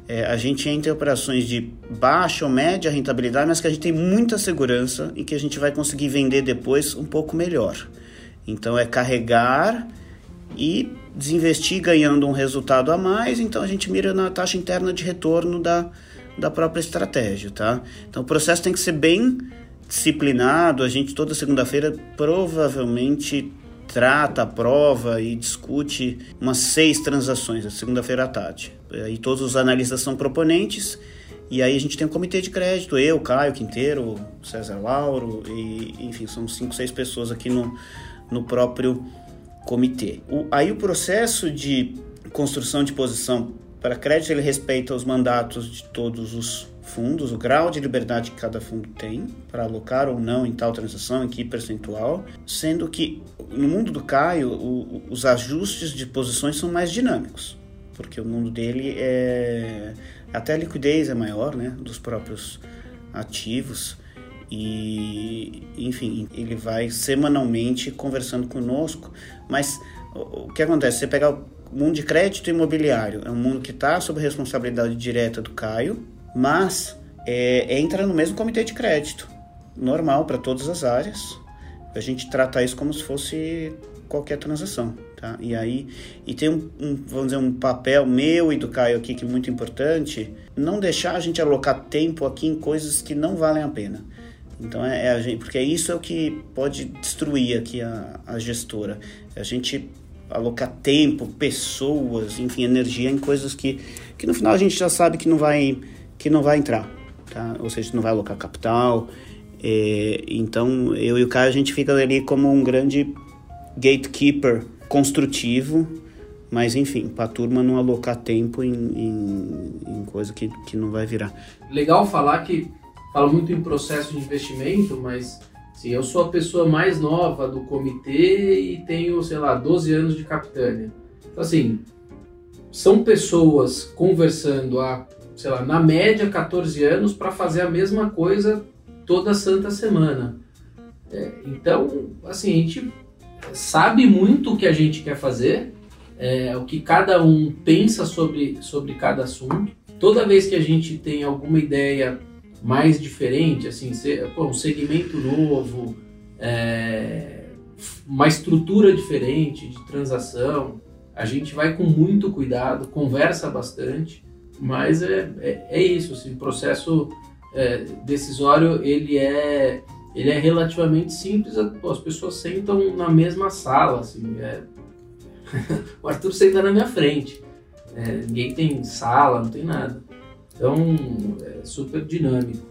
é, a gente entra em operações de baixa ou média rentabilidade, mas que a gente tem muita segurança e que a gente vai conseguir vender depois um pouco melhor. Então é carregar e desinvestir ganhando um resultado a mais, então a gente mira na taxa interna de retorno da, da própria estratégia, tá? Então o processo tem que ser bem disciplinado, a gente toda segunda-feira provavelmente trata, aprova e discute umas seis transações, a segunda-feira à tarde. Aí todos os analistas são proponentes, e aí a gente tem um comitê de crédito, eu, Caio Quinteiro, César Lauro, e enfim, são cinco, seis pessoas aqui no, no próprio comitê. O, aí o processo de construção de posição para crédito, ele respeita os mandatos de todos os fundos, o grau de liberdade que cada fundo tem para alocar ou não em tal transação, em que percentual, sendo que no mundo do Caio, o, os ajustes de posições são mais dinâmicos, porque o mundo dele é... até a liquidez é maior, né, dos próprios ativos, e, enfim, ele vai semanalmente conversando conosco, mas o, o que acontece? Você pegar o mundo de crédito imobiliário, é um mundo que está sob responsabilidade direta do Caio, mas é, entra no mesmo comitê de crédito, normal para todas as áreas. A gente trata isso como se fosse qualquer transação, tá? E aí, e tem um, um, vamos dizer, um papel meu e do Caio aqui que é muito importante, não deixar a gente alocar tempo aqui em coisas que não valem a pena. Então, é, é a gente, porque isso é o que pode destruir aqui a, a gestora. A gente alocar tempo, pessoas, enfim, energia em coisas que, que no final a gente já sabe que não vai, que não vai entrar, tá? Ou seja, não vai alocar capital. É, então, eu e o Caio, a gente fica ali como um grande gatekeeper construtivo, mas enfim, para a turma não alocar tempo em, em, em coisa que, que não vai virar. Legal falar que fala muito em processo de investimento, mas sim, eu sou a pessoa mais nova do comitê e tenho, sei lá, doze anos de capitânia. Então, assim, são pessoas conversando há, sei lá, na média catorze anos para fazer a mesma coisa toda santa semana. É, então, assim, a gente sabe muito o que a gente quer fazer, é, o que cada um pensa sobre, sobre cada assunto. Toda vez que a gente tem alguma ideia mais diferente, assim, pô, um segmento novo, é, uma estrutura diferente de transação, a gente vai com muito cuidado, conversa bastante, mas é, é, é isso, assim, o processo é, decisório ele é, ele é relativamente simples, pô, as pessoas sentam na mesma sala, assim, é... o Arthur senta na minha frente, é, ninguém tem sala, não tem nada. Então, é super dinâmico.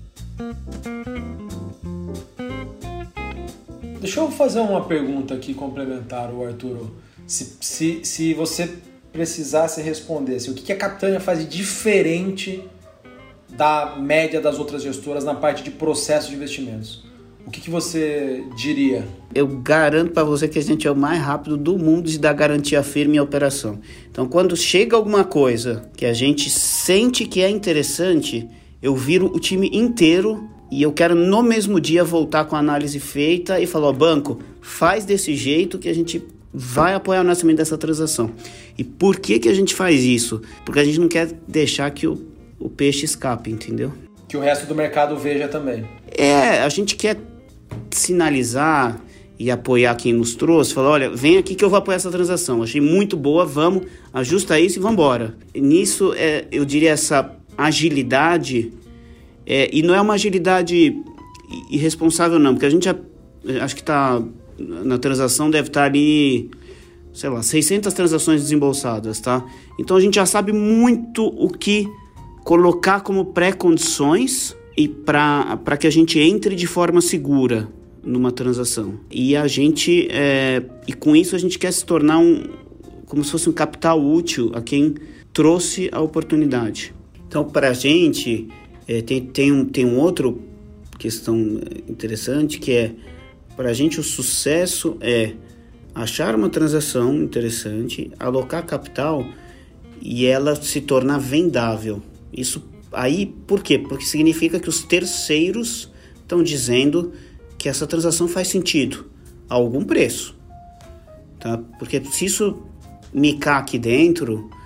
Deixa eu fazer uma pergunta aqui complementar, Arthur. Se, se, se você precisasse responder, assim, o que a Capitânia faz de diferente da média das outras gestoras na parte de processo de investimentos? O que, que você diria? Eu garanto para você que a gente é o mais rápido do mundo de dar garantia firme em operação. Então, quando chega alguma coisa que a gente sente que é interessante, eu viro o time inteiro e eu quero no mesmo dia voltar com a análise feita e falar, ó, banco, faz desse jeito que a gente vai apoiar o nascimento dessa transação. E por que que a gente faz isso? Porque a gente não quer deixar que o, o peixe escape, entendeu? Que o resto do mercado veja também. É, a gente quer sinalizar e apoiar quem nos trouxe, falar, olha, vem aqui que eu vou apoiar essa transação, achei muito boa, vamos, ajusta isso e vamos embora. Nisso, é, eu diria essa agilidade, é, e não é uma agilidade irresponsável não, porque a gente já, acho que está, na transação deve estar ali, sei lá, seiscentas transações desembolsadas, tá? Então a gente já sabe muito o que colocar como pré-condições e para que a gente entre de forma segura numa transação. E a gente, é, e com isso a gente quer se tornar um, como se fosse um capital útil a quem trouxe a oportunidade. Então, para a gente, é, tem, tem, um, tem um outro questão interessante, que é, para a gente o sucesso é achar uma transação interessante, alocar capital e ela se tornar vendável. Isso aí, por quê? Porque significa que os terceiros estão dizendo que essa transação faz sentido a algum preço, tá? Porque se isso micar aqui dentro,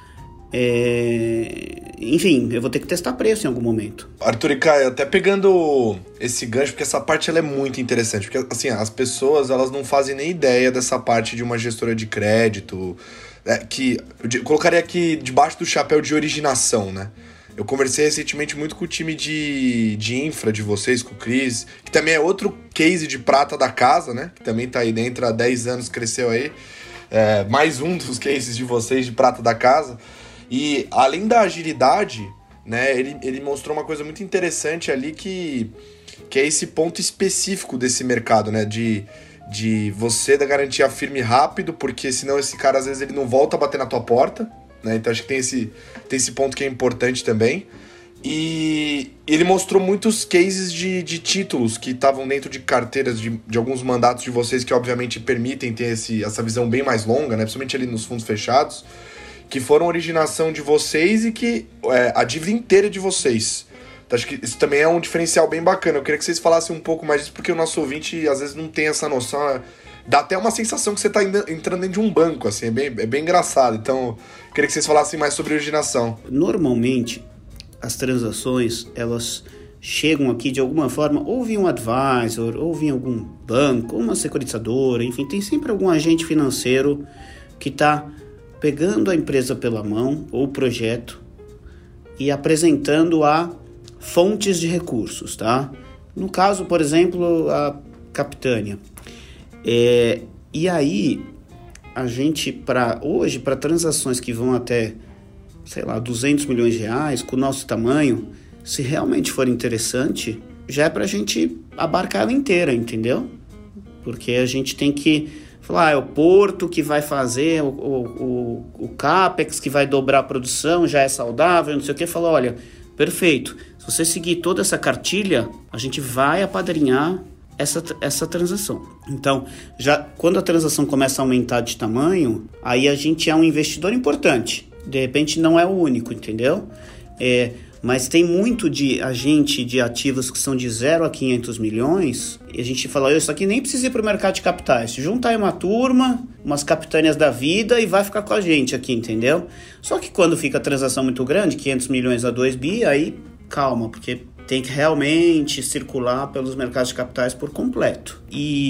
É... Enfim, eu vou ter que testar preço em algum momento. Arthur e Caio, até pegando esse gancho, porque essa parte ela é muito interessante, porque assim, as pessoas elas não fazem nem ideia dessa parte de uma gestora de crédito, é, que eu colocaria aqui debaixo do chapéu de originação, né? Eu conversei recentemente muito com o time de, de infra de vocês, com o Cris, que também é outro case de prata da casa, né? Que também tá aí dentro há dez anos, cresceu aí. É, mais um dos cases de vocês de prata da casa. E além da agilidade, né, ele, ele mostrou uma coisa muito interessante ali que, que é esse ponto específico desse mercado, né? De, de você dar garantia firme rápido, porque senão esse cara às vezes ele não volta a bater na tua porta, né? Então acho que tem esse, tem esse ponto que é importante também. E ele mostrou muitos cases de, de títulos que estavam dentro de carteiras de, de alguns mandatos de vocês que obviamente permitem ter esse, essa visão bem mais longa, né? Principalmente ali nos fundos fechados, que foram originação de vocês e que é, a dívida inteira é de vocês. Então, acho que isso também é um diferencial bem bacana. Eu queria que vocês falassem um pouco mais disso, porque o nosso ouvinte às vezes não tem essa noção. Dá até uma sensação que você está entrando dentro de um banco, assim, é bem, é bem engraçado. Então, eu queria que vocês falassem mais sobre originação. Normalmente, as transações, elas chegam aqui de alguma forma, ou via um advisor, ou via algum banco, ou uma securitizadora, enfim, tem sempre algum agente financeiro que está pegando a empresa pela mão, ou o projeto, e apresentando a fontes de recursos, tá? No caso, por exemplo, a Capitânia. É, e aí, a gente, para hoje, para transações que vão até, sei lá, duzentos milhões de reais, com o nosso tamanho, se realmente for interessante, já é para a gente abarcar ela inteira, entendeu? Porque a gente tem que falar, ah, é o Porto que vai fazer o, o, o, o CAPEX, que vai dobrar a produção, já é saudável, não sei o que. Fala, olha, perfeito, se você seguir toda essa cartilha, a gente vai apadrinhar essa, essa transação. Então, já quando a transação começa a aumentar de tamanho, aí a gente é um investidor importante. De repente não é o único, entendeu? É... Mas tem muito de agente de ativos que são de zero a quinhentos milhões, e a gente fala, isso aqui nem precisa ir para o mercado de capitais, junta aí uma turma, umas capitânias da vida e vai ficar com a gente aqui, entendeu? Só que quando fica a transação muito grande, quinhentos milhões a dois bi, aí calma, porque tem que realmente circular pelos mercados de capitais por completo.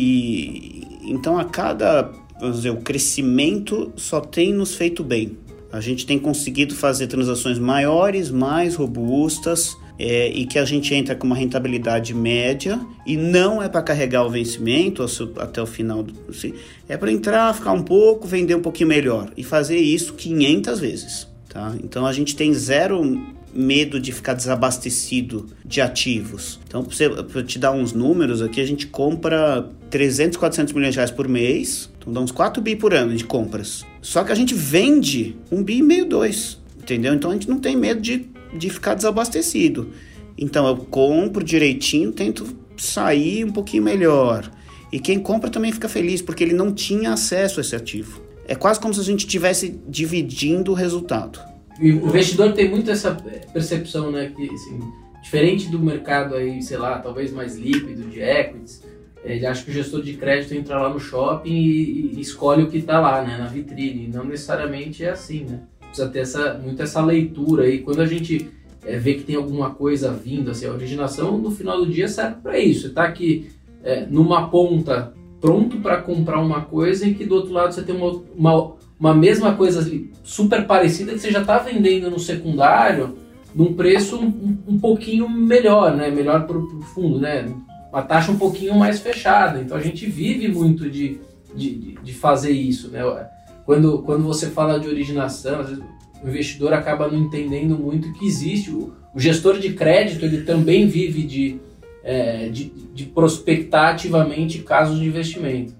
E então a cada, vamos dizer, o crescimento só tem nos feito bem. A gente tem conseguido fazer transações maiores, mais robustas, é, e que a gente entra com uma rentabilidade média, e não é para carregar o vencimento até o final, assim, é para entrar, ficar um pouco, vender um pouquinho melhor, e fazer isso quinhentas vezes. Tá? Então a gente tem zero medo de ficar desabastecido de ativos. Então, para te dar uns números aqui, a gente compra trezentos, quatrocentos milhões de reais por mês, então dá uns quatro bi por ano de compras. Só que a gente vende um bi e meio, dois, entendeu? Então a gente não tem medo de, de ficar desabastecido. Então eu compro direitinho, tento sair um pouquinho melhor. E quem compra também fica feliz, porque ele não tinha acesso a esse ativo. É quase como se a gente estivesse dividindo o resultado. E o investidor tem muito essa percepção, né, que assim, diferente do mercado aí, sei lá, talvez mais líquido de equities, ele acha que o gestor de crédito entra lá no shopping e, e escolhe o que está lá, né, na vitrine. Não necessariamente é assim, né? Precisa ter essa, muito essa leitura aí. Quando a gente é, vê que tem alguma coisa vindo, assim, a originação no final do dia serve para isso. Você está aqui é, numa ponta pronto para comprar uma coisa e que do outro lado você tem uma, uma, uma mesma coisa super parecida que você já está vendendo no secundário num preço um, um pouquinho melhor, né? Melhor para o fundo, né? Uma taxa um pouquinho mais fechada. Então a gente vive muito de, de, de fazer isso, né? Quando, quando você fala de originação, às vezes o investidor acaba não entendendo muito que existe. O, o gestor de crédito, ele também vive de, é, de, de prospectar ativamente casos de investimento.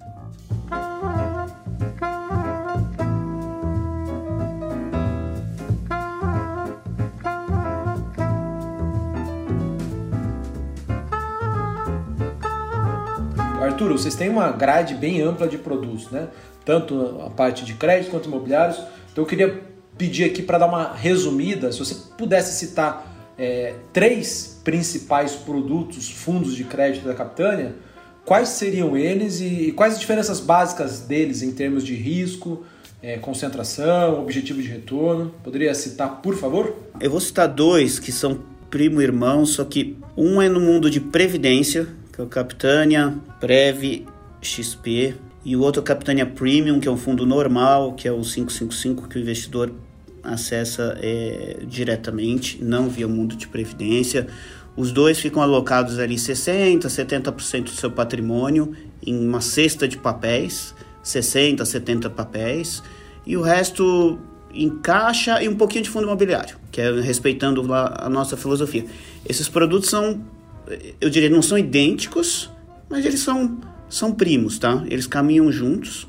Arturo, vocês têm uma grade bem ampla de produtos, né? Tanto a parte de crédito quanto imobiliários. Então eu queria pedir aqui para dar uma resumida, se você pudesse citar é, três principais produtos, fundos de crédito da Capitânia, quais seriam eles e, e quais as diferenças básicas deles em termos de risco é, concentração, objetivo de retorno. Poderia citar, por favor? Eu vou citar dois que são primo-irmão, só que um é no mundo de previdência, que é o Capitânia Prev X P, e o outro é o Capitânia Premium, que é um fundo normal, que é o quinhentos e cinquenta e cinco, que o investidor acessa é, diretamente, não via mundo de previdência. Os dois ficam alocados ali sessenta por cento, setenta por cento do seu patrimônio em uma cesta de papéis, sessenta, setenta papéis, e o resto em caixa e um pouquinho de fundo imobiliário, que é respeitando a, a nossa filosofia. Esses produtos são, eu diria, não são idênticos, mas eles são, são primos, tá? Eles caminham juntos,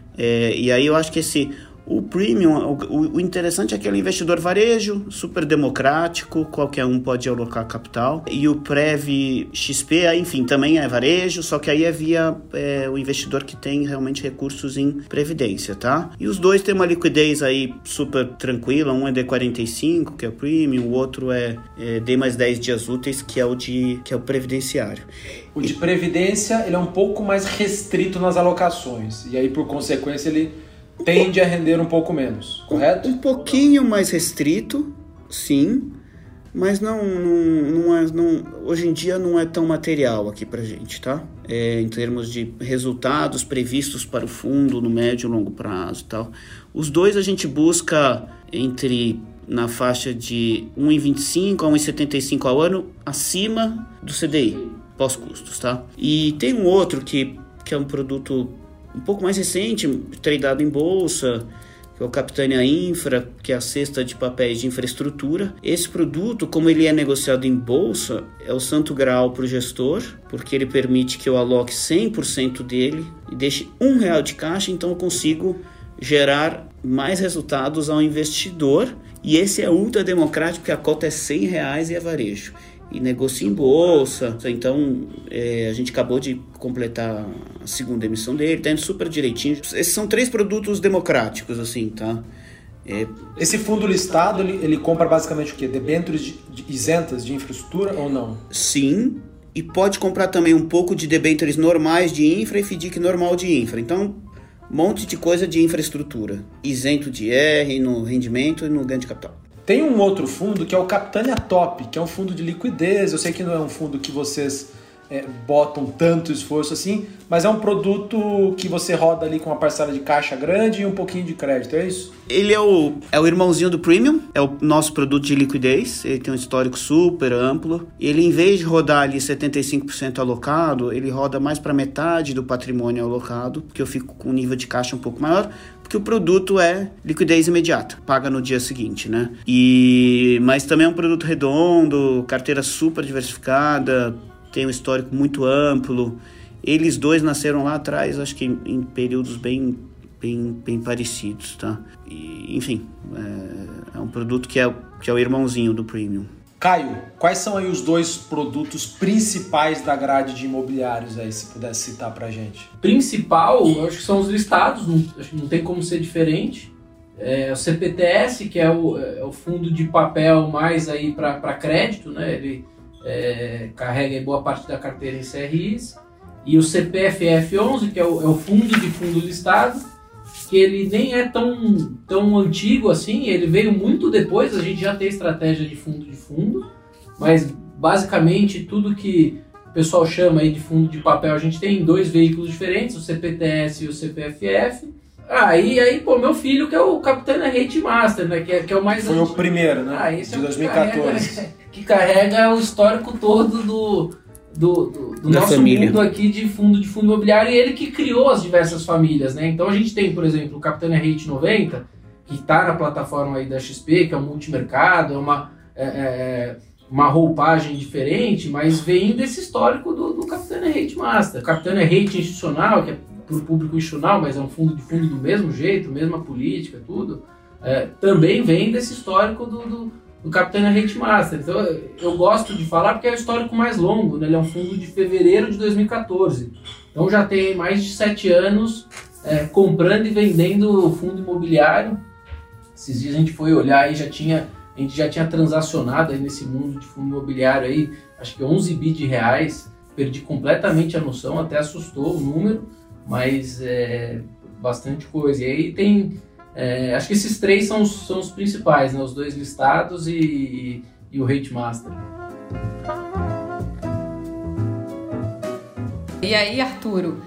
é, e aí eu acho que esse... O premium, o, o interessante é aquele investidor varejo, super democrático, qualquer um pode alocar capital. E o Prev X P, enfim, também é varejo, só que aí é via é, o investidor que tem realmente recursos em previdência, tá? E os dois têm uma liquidez aí super tranquila, um é D quarenta e cinco, que é o premium, o outro é, é D mais dez dias úteis, que é o, de, que é o previdenciário. O de previdência, ele é um pouco mais restrito nas alocações, e aí, por consequência, ele tende a render um pouco menos, correto? Um pouquinho mais restrito, sim, mas não, não, não é, não, hoje em dia não é tão material aqui pra gente, tá? É, em termos de resultados previstos para o fundo no médio e longo prazo e tal. Os dois a gente busca entre na faixa de um vírgula vinte e cinco a um vírgula setenta e cinco ao ano, acima do C D I, pós-custos, tá? E tem um outro que, que é um produto um pouco mais recente, tradeado em bolsa, que é o Capitânia Infra, que é a cesta de papéis de infraestrutura. Esse produto, como ele é negociado em bolsa, é o santo graal para o gestor, porque ele permite que eu aloque cem por cento dele e deixe um real de caixa, então eu consigo gerar mais resultados ao investidor. E esse é ultra democrático, porque a cota é cem reais e é varejo. E negocia em bolsa, então é, a gente acabou de completar a segunda emissão dele, tá indo super direitinho. Esses são três produtos democráticos, assim, tá? É... Esse fundo listado, ele, ele compra basicamente o quê? Debêntures de, de, isentas de infraestrutura ou não? Sim, e pode comprar também um pouco de debêntures normais de infra e F D I C normal de infra. Então, um monte de coisa de infraestrutura, isento de R no rendimento e no ganho de capital. Tem um outro fundo que é o Capitânia Top, que é um fundo de liquidez. Eu sei que não é um fundo que vocês é, botam tanto esforço assim, mas é um produto que você roda ali com uma parcela de caixa grande e um pouquinho de crédito, é isso? Ele é o, é o irmãozinho do Premium, é o nosso produto de liquidez, ele tem um histórico super amplo. Ele, em vez de rodar ali setenta e cinco por cento alocado, ele roda mais para metade do patrimônio alocado, porque eu fico com um nível de caixa um pouco maior, porque o produto é liquidez imediata, paga no dia seguinte, né? E, mas também é um produto redondo, carteira super diversificada, tem um histórico muito amplo. Eles dois nasceram lá atrás, acho que em, em períodos bem, bem, bem parecidos, tá? E, enfim, é, é um produto que é, que é o irmãozinho do Premium. Caio, quais são aí os dois produtos principais da grade de imobiliários aí, se pudesse citar pra gente? Principal, eu acho que são os listados, não, acho que não tem como ser diferente. É, o C P T S, que é o, é o fundo de papel mais aí para crédito, né? Ele é, carrega aí boa parte da carteira em C R Is. E o C P F F onze, que é o, é o fundo de fundo listado, que ele nem é tão, tão antigo assim, ele veio muito depois, a gente já tem estratégia de fundo de fundo, mas basicamente tudo que o pessoal chama aí de fundo de papel, a gente tem dois veículos diferentes, o C P T S e o C P F F. Ah, e aí, pô, meu filho que é o Capitânia Rate Master, né, que é, que é o mais Foi antigo. O primeiro, né, ah, esse de é dois mil e quatorze. Que carrega, que carrega o histórico todo do... do, do, do nosso família. mundo aqui de fundo de fundo imobiliário, e ele que criou as diversas famílias, né? Então a gente tem, por exemplo, o Capitânia Rate noventa, que está na plataforma aí da X P, que é um multimercado, é uma, é, é, uma roupagem diferente, mas vem desse histórico do, do Capitânia Rate Master. O Capitânia Rate institucional, que é para o público institucional, mas é um fundo de fundo do mesmo jeito, mesma política, tudo, é, também vem desse histórico do, do do Capitânia Rate Master. Então eu gosto de falar porque é o histórico mais longo, né? Ele é um fundo de fevereiro de dois mil e quatorze. Então já tem mais de sete anos é, comprando e vendendo fundo imobiliário. Esses dias a gente foi olhar e já tinha, a gente já tinha transacionado aí nesse mundo de fundo imobiliário aí, acho que onze bi de reais. Perdi completamente a noção, até assustou o número, mas é bastante coisa. E aí tem É, acho que esses três são, os- são os principais, né? Os dois listados e, e, e o Rate Master. E aí, Arturo,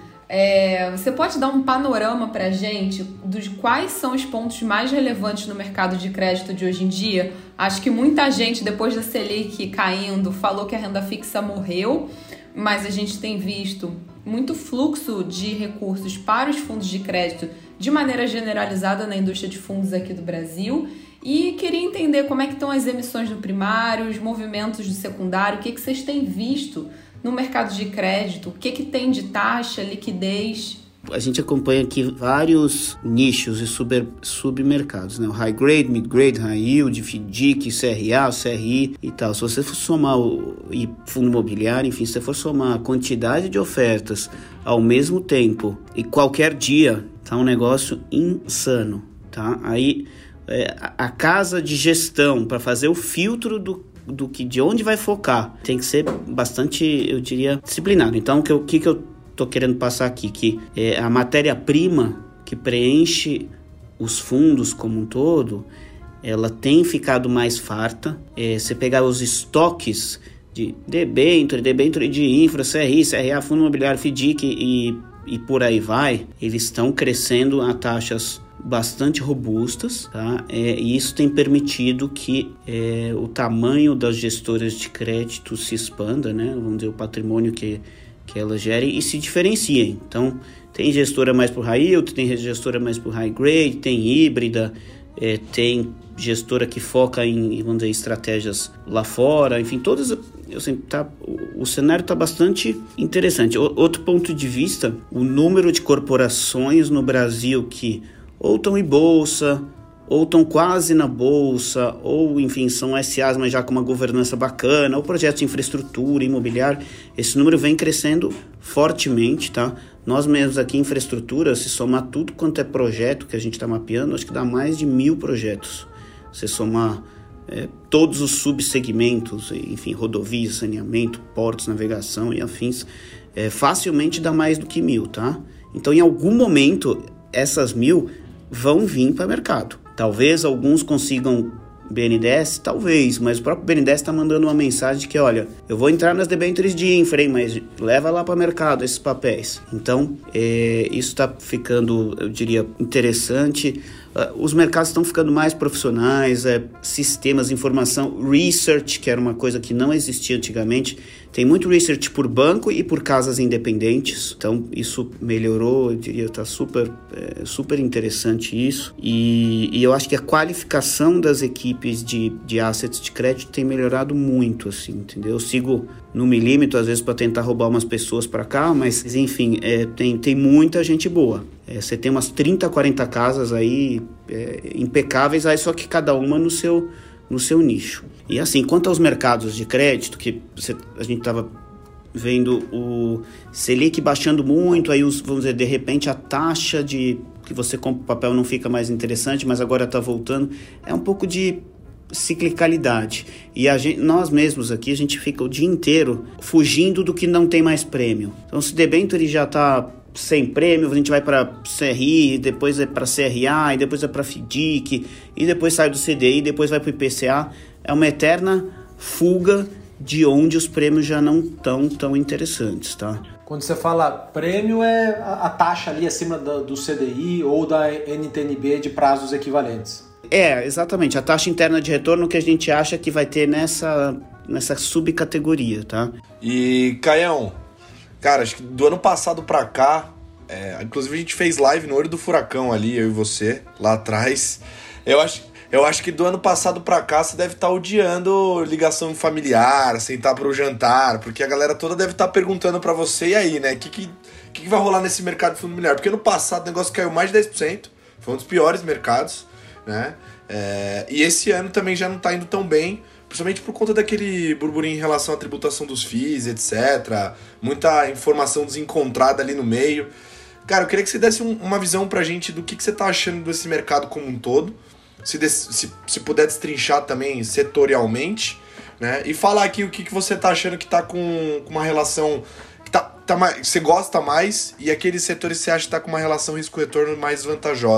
é, você pode dar um panorama para a gente dos quais são os pontos mais relevantes no mercado de crédito de hoje em dia? Acho que muita gente, depois da Selic caindo, falou que a renda fixa morreu, mas a gente tem visto muito fluxo de recursos para os fundos de crédito de maneira generalizada na indústria de fundos aqui do Brasil. E queria entender como é que estão as emissões do primário, os movimentos do secundário, o que, que vocês têm visto no mercado de crédito, o que, que tem de taxa, liquidez. A gente acompanha aqui vários nichos e super, submercados, né? O high grade, mid grade, high yield, F D I C, C R A, C R I e tal. Se você for somar o e fundo imobiliário, enfim, se você for somar a quantidade de ofertas ao mesmo tempo e qualquer dia, tá um negócio insano, tá? Aí é, a, a casa de gestão para fazer o filtro do do que de onde vai focar tem que ser bastante, eu diria, disciplinado. Então, o que, eu, que, que eu tô querendo passar aqui? Que é, a matéria-prima que preenche os fundos como um todo, ela tem ficado mais farta. É, você pegar os estoques de debênture, debênture de infra, C R I, C R A, fundo imobiliário, F D I C e, e por aí vai, eles estão crescendo a taxas bastante robustas, tá? É, e isso tem permitido que é, o tamanho das gestoras de crédito se expanda, né? Vamos dizer, o patrimônio que, que elas gerem e se diferenciem. Então, tem gestora mais por high yield, tem gestora mais por high grade, tem híbrida, é, tem gestora que foca em, vamos dizer, estratégias lá fora, enfim, todas, eu sempre, tá, o, o cenário está bastante interessante. O, outro ponto de vista, o número de corporações no Brasil que ou estão em bolsa, ou estão quase na bolsa, ou enfim, são S As, mas já com uma governança bacana, ou projetos de infraestrutura, imobiliário, esse número vem crescendo fortemente, tá? Nós mesmos aqui em infraestrutura, se somar tudo quanto é projeto que a gente está mapeando, acho que dá mais de mil projetos. Se somar é, todos os subsegmentos, enfim, rodovias, saneamento, portos, navegação e afins, é, facilmente dá mais do que mil, tá? Então, em algum momento, essas mil vão vir para o mercado. Talvez alguns consigam B N D E S, talvez, mas o próprio B N D E S está mandando uma mensagem de que, olha, eu vou entrar nas debêntures de infra, hein, mas leva lá para o mercado esses papéis. Então, é, isso está ficando, eu diria, interessante. Uh, os mercados estão ficando mais profissionais, é, sistemas de informação, research, que era uma coisa que não existia antigamente. Tem muito research por banco e por casas independentes, então isso melhorou, eu diria, está super, é, super interessante isso. E, e eu acho que a qualificação das equipes de, de assets de crédito tem melhorado muito, assim, entendeu? Eu sigo no milímetro, às vezes, para tentar roubar umas pessoas para cá, mas, enfim, é, tem, tem muita gente boa. É, você tem umas trinta, quarenta casas aí é, impecáveis, aí só que cada uma no seu, no seu nicho. E assim, quanto aos mercados de crédito, que você, a gente estava vendo o Selic baixando muito, aí os, vamos dizer, de repente a taxa de que você compra o papel não fica mais interessante, mas agora está voltando, é um pouco de ciclicalidade. E a gente, nós mesmos aqui, a gente fica o dia inteiro fugindo do que não tem mais prêmio. Então, se debênture já está sem prêmio, a gente vai para C R I, depois é para C R A, e depois é para F D I C, e depois sai do C D I, depois vai para o I P C A. É uma eterna fuga de onde os prêmios já não estão tão interessantes, tá? Quando você fala prêmio, é a, a taxa ali acima do, do C D I ou da N T N B de prazos equivalentes. É, exatamente. A taxa interna de retorno que a gente acha que vai ter nessa, nessa subcategoria, tá? E, Caião, cara, acho que do ano passado pra cá, é, inclusive a gente fez live no Olho do Furacão ali, eu e você, lá atrás. Eu acho, eu acho que do ano passado pra cá você deve estar odiando ligação familiar, sentar pro jantar, porque a galera toda deve estar perguntando pra você, e aí, né, o que, que, que, que vai rolar nesse mercado de fundo imobiliário? Porque ano passado o negócio caiu mais de dez por cento, foi um dos piores mercados, né? É, e esse ano também já não tá indo tão bem, principalmente por conta daquele burburinho em relação à tributação dos F I Is, etcétera. Muita informação desencontrada ali no meio. Cara, eu queria que você desse um, uma visão pra gente do que, que você tá achando desse mercado como um todo, se, des, se, se puder destrinchar também setorialmente, né? E falar aqui o que, que você tá achando que tá com, com uma relação que tá, tá mais, você gosta mais, e aqueles setores que você acha que tá com uma relação risco-retorno mais vantajosa.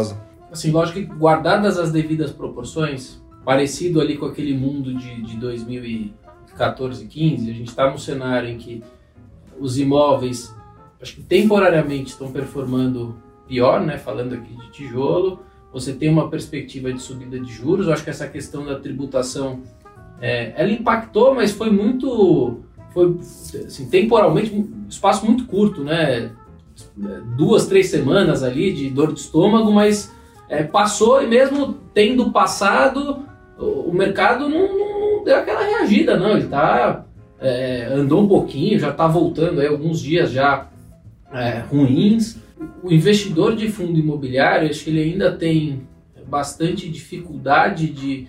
assim, lógico que guardadas as devidas proporções, parecido ali com aquele mundo de, de dois mil e quatorze, quinze, a gente está num cenário em que os imóveis, acho que temporariamente estão performando pior, né? Falando aqui de tijolo, você tem uma perspectiva de subida de juros. Eu acho que essa questão da tributação, é, ela impactou, mas foi muito, foi assim, temporalmente, um espaço muito curto, né? Duas, três semanas ali de dor de estômago, mas é, passou, e mesmo tendo passado, o, o mercado não, não deu aquela reagida, não. Ele tá, é, andou um pouquinho, já está voltando aí alguns dias já é, ruins. O investidor de fundo imobiliário, acho que ele ainda tem bastante dificuldade de,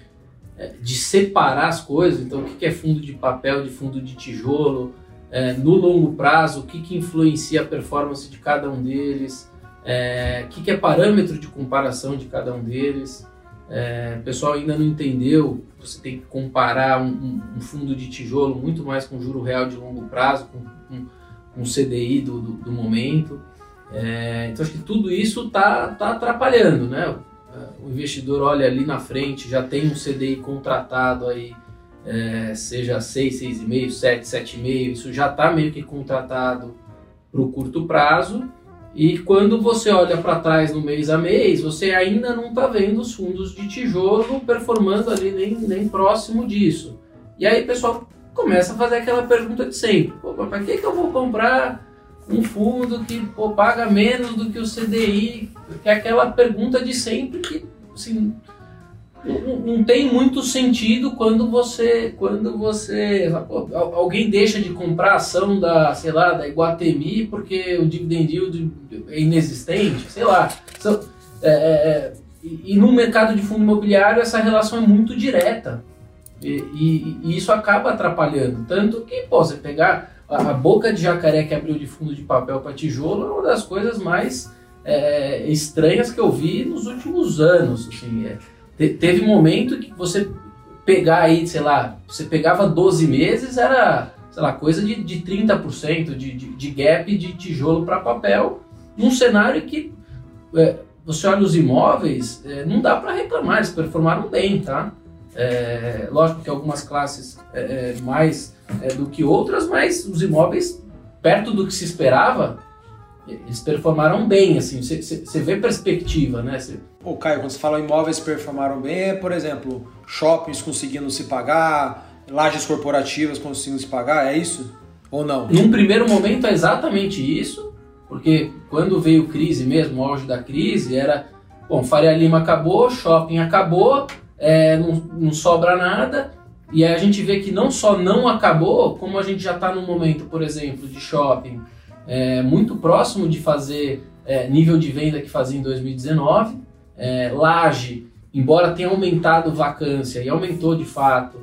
de separar as coisas. Então, o que é fundo de papel, de fundo de tijolo, é, no longo prazo, o que, que influencia a performance de cada um deles, é, o que, que é parâmetro de comparação de cada um deles. É, o pessoal ainda não entendeu, você tem que comparar um, um, um fundo de tijolo muito mais com juro real de longo prazo, com, com, com o C D I do, do, do momento. É, então acho que tudo isso está tá atrapalhando, né? O investidor olha ali na frente, já tem um C D I contratado aí, é, seja seis, seis vírgula cinco, sete, sete vírgula cinco, isso já está meio que contratado para o curto prazo, e quando você olha para trás no mês a mês, você ainda não está vendo os fundos de tijolo performando ali nem, nem próximo disso. E aí o pessoal começa a fazer aquela pergunta de sempre: para que, que eu vou comprar um fundo que pô, paga menos do que o C D I? Que é aquela pergunta de sempre que assim, não, não tem muito sentido quando você, quando você pô, alguém deixa de comprar ação da, sei lá, da Iguatemi porque o dividend yield é inexistente, sei lá. Então, é, é, e, e no mercado de fundo imobiliário essa relação é muito direta, e, e, e isso acaba atrapalhando, tanto que pô, você pegar a boca de jacaré que abriu de fundo de papel para tijolo é uma das coisas mais é, estranhas que eu vi nos últimos anos. Assim, é, te, teve momento que você pegar aí, sei lá, você pegava doze meses, era, sei lá, coisa de, de trinta por cento de, de, de gap de tijolo para papel, num cenário que é, você olha os imóveis, é, não dá para reclamar, eles performaram bem, tá? É, lógico que algumas classes é, mais é, do que outras, mas os imóveis, perto do que se esperava, eles performaram bem, assim, você vê perspectiva, né? Cê... Ô Caio, quando você fala imóveis performaram bem, é, por exemplo, shoppings conseguindo se pagar, lajes corporativas conseguindo se pagar, é isso? Ou não? Num primeiro momento é exatamente isso, porque quando veio crise mesmo, o auge da crise, era, bom, Faria Lima acabou, shopping acabou, É, não, não sobra nada, e aí a gente vê que não só não acabou, como a gente já está num momento, por exemplo, de shopping é, muito próximo de fazer é, nível de venda que fazia em dois mil e dezenove, é, laje, embora tenha aumentado vacância, e aumentou de fato,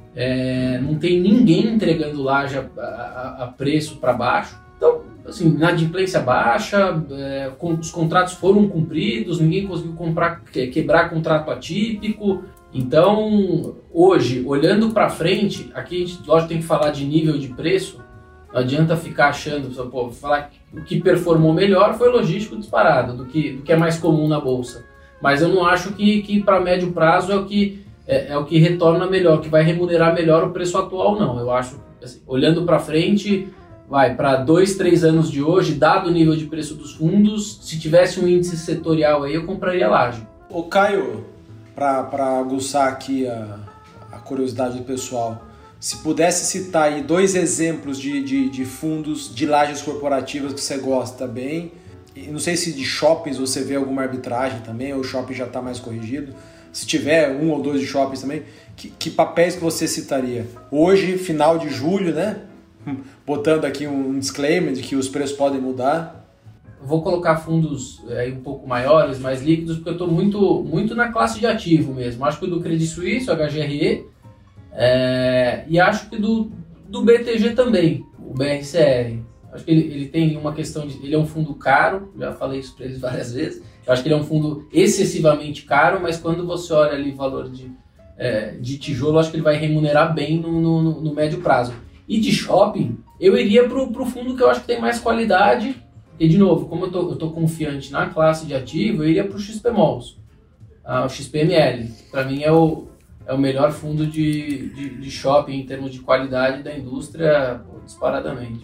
é, não tem ninguém entregando laje a, a, a preço para baixo. Então, assim, inadimplência baixa, é, com, os contratos foram cumpridos, ninguém conseguiu comprar, quebrar contrato atípico. Então, hoje, olhando para frente, aqui a gente, lógico, tem que falar de nível de preço. Não adianta ficar achando, pô, falar que o que performou melhor foi logístico disparado, do que, do que é mais comum na bolsa. Mas eu não acho que, que para médio prazo é o que, é, é o que retorna melhor, que vai remunerar melhor o preço atual, não. Eu acho, assim, olhando para frente, vai para dois, três anos de hoje, dado o nível de preço dos fundos, se tivesse um índice setorial aí, eu compraria laje. Ô Caio, para aguçar aqui a, a curiosidade do pessoal, se pudesse citar aí dois exemplos de, de, de fundos de lajes corporativas que você gosta bem, e não sei se de shoppings você vê alguma arbitragem também, ou o shopping já está mais corrigido, se tiver um ou dois de shoppings também, que, que papéis que você citaria? Hoje, final de julho, né? Botando aqui um disclaimer de que os preços podem mudar. Vou colocar fundos aí um pouco maiores, mais líquidos, porque eu estou muito, muito na classe de ativo mesmo. Acho que o do Credit Suisse, o H G R E, é, e acho que do, do B T G também, o B R C R. Acho que ele, ele tem uma questão de... Ele é um fundo caro, já falei isso para eles várias vezes. Eu acho que ele é um fundo excessivamente caro, mas quando você olha ali o valor de, é, de tijolo, acho que ele vai remunerar bem no, no, no médio prazo. E de shopping, eu iria para o fundo que eu acho que tem mais qualidade. E, de novo, como eu tô, eu tô confiante na classe de ativo, eu iria para o X P Malls. ah, o X P M L. Para mim é o, é o melhor fundo de, de, de shopping em termos de qualidade da indústria, pô, disparadamente.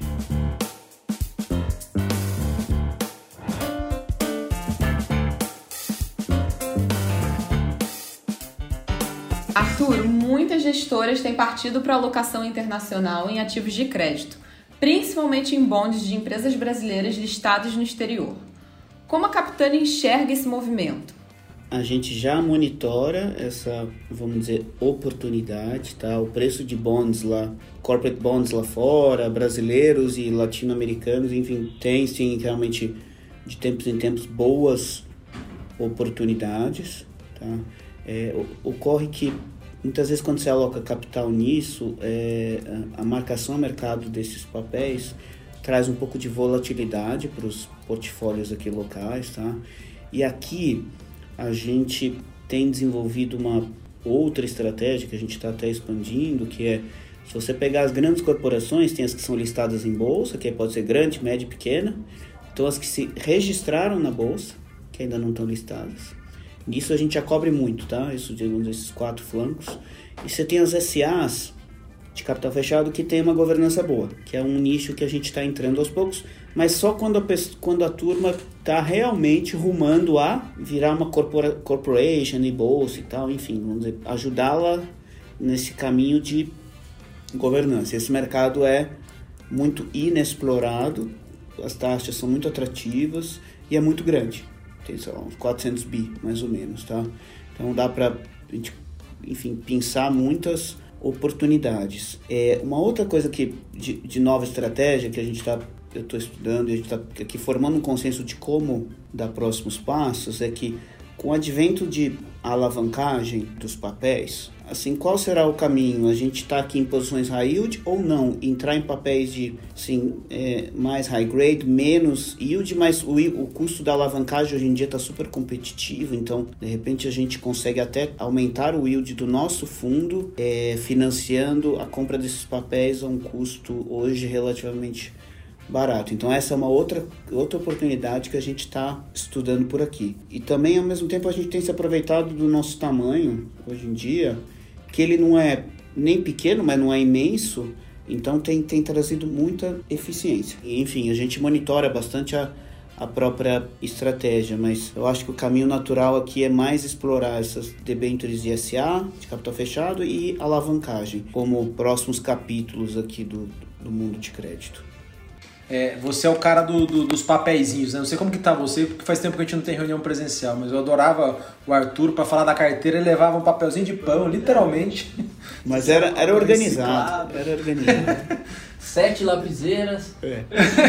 Arthur, muitas gestoras têm partido para alocação internacional em ativos de crédito, principalmente em bonds de empresas brasileiras listadas no exterior. Como a Capitânia enxerga esse movimento? A gente já monitora essa, vamos dizer, oportunidade, tá? O preço de bonds lá, corporate bonds lá fora, brasileiros e latino-americanos, enfim, tem sim realmente de tempos em tempos boas oportunidades, tá? É, ocorre que muitas vezes quando você aloca capital nisso, é, a marcação a mercado desses papéis traz um pouco de volatilidade para os portfólios aqui locais, tá? E aqui a gente tem desenvolvido uma outra estratégia que a gente está até expandindo, que é, se você pegar as grandes corporações, tem as que são listadas em bolsa, que pode ser grande, média e pequena, então as que se registraram na bolsa, que ainda não estão listadas. Nisso a gente já cobre muito, tá? Isso de um desses quatro flancos. E você tem as S As de capital fechado que tem uma governança boa, que é um nicho que a gente está entrando aos poucos, mas só quando a, quando a turma está realmente rumando a virar uma corpora, corporation e bolsa e tal, enfim, vamos dizer, ajudá-la nesse caminho de governança. Esse mercado é muito inexplorado, as taxas são muito atrativas e é muito grande. Tem, sei lá, uns quatrocentos bi, mais ou menos, tá? Então dá para a gente, enfim, pensar muitas oportunidades. É, uma outra coisa que, de, de nova estratégia que a gente está, eu estou estudando e a gente está aqui formando um consenso de como dar próximos passos, é que com o advento de alavancagem dos papéis, assim, qual será o caminho? A gente está aqui em posições high yield ou não? Entrar em papéis de, assim, é, mais high grade, menos yield, mas o, o custo da alavancagem hoje em dia está super competitivo, então, de repente, a gente consegue até aumentar o yield do nosso fundo, é, financiando a compra desses papéis a um custo hoje relativamente barato. Então essa é uma outra, outra oportunidade que a gente está estudando por aqui. E também, ao mesmo tempo, a gente tem se aproveitado do nosso tamanho, hoje em dia, que ele não é nem pequeno, mas não é imenso, então tem, tem trazido muita eficiência. E, enfim, a gente monitora bastante a, a própria estratégia, mas eu acho que o caminho natural aqui é mais explorar essas debêntures de S A, de capital fechado, e alavancagem, como próximos capítulos aqui do, do mundo de crédito. É, você é o cara do, do, dos papeizinhos, né? Não sei como que tá você, porque faz tempo que a gente não tem reunião presencial, mas eu adorava o Arthur para falar da carteira, ele levava um papelzinho de pão, literalmente. Mas era, era organizado, era organizado. Sete lapiseiras. É.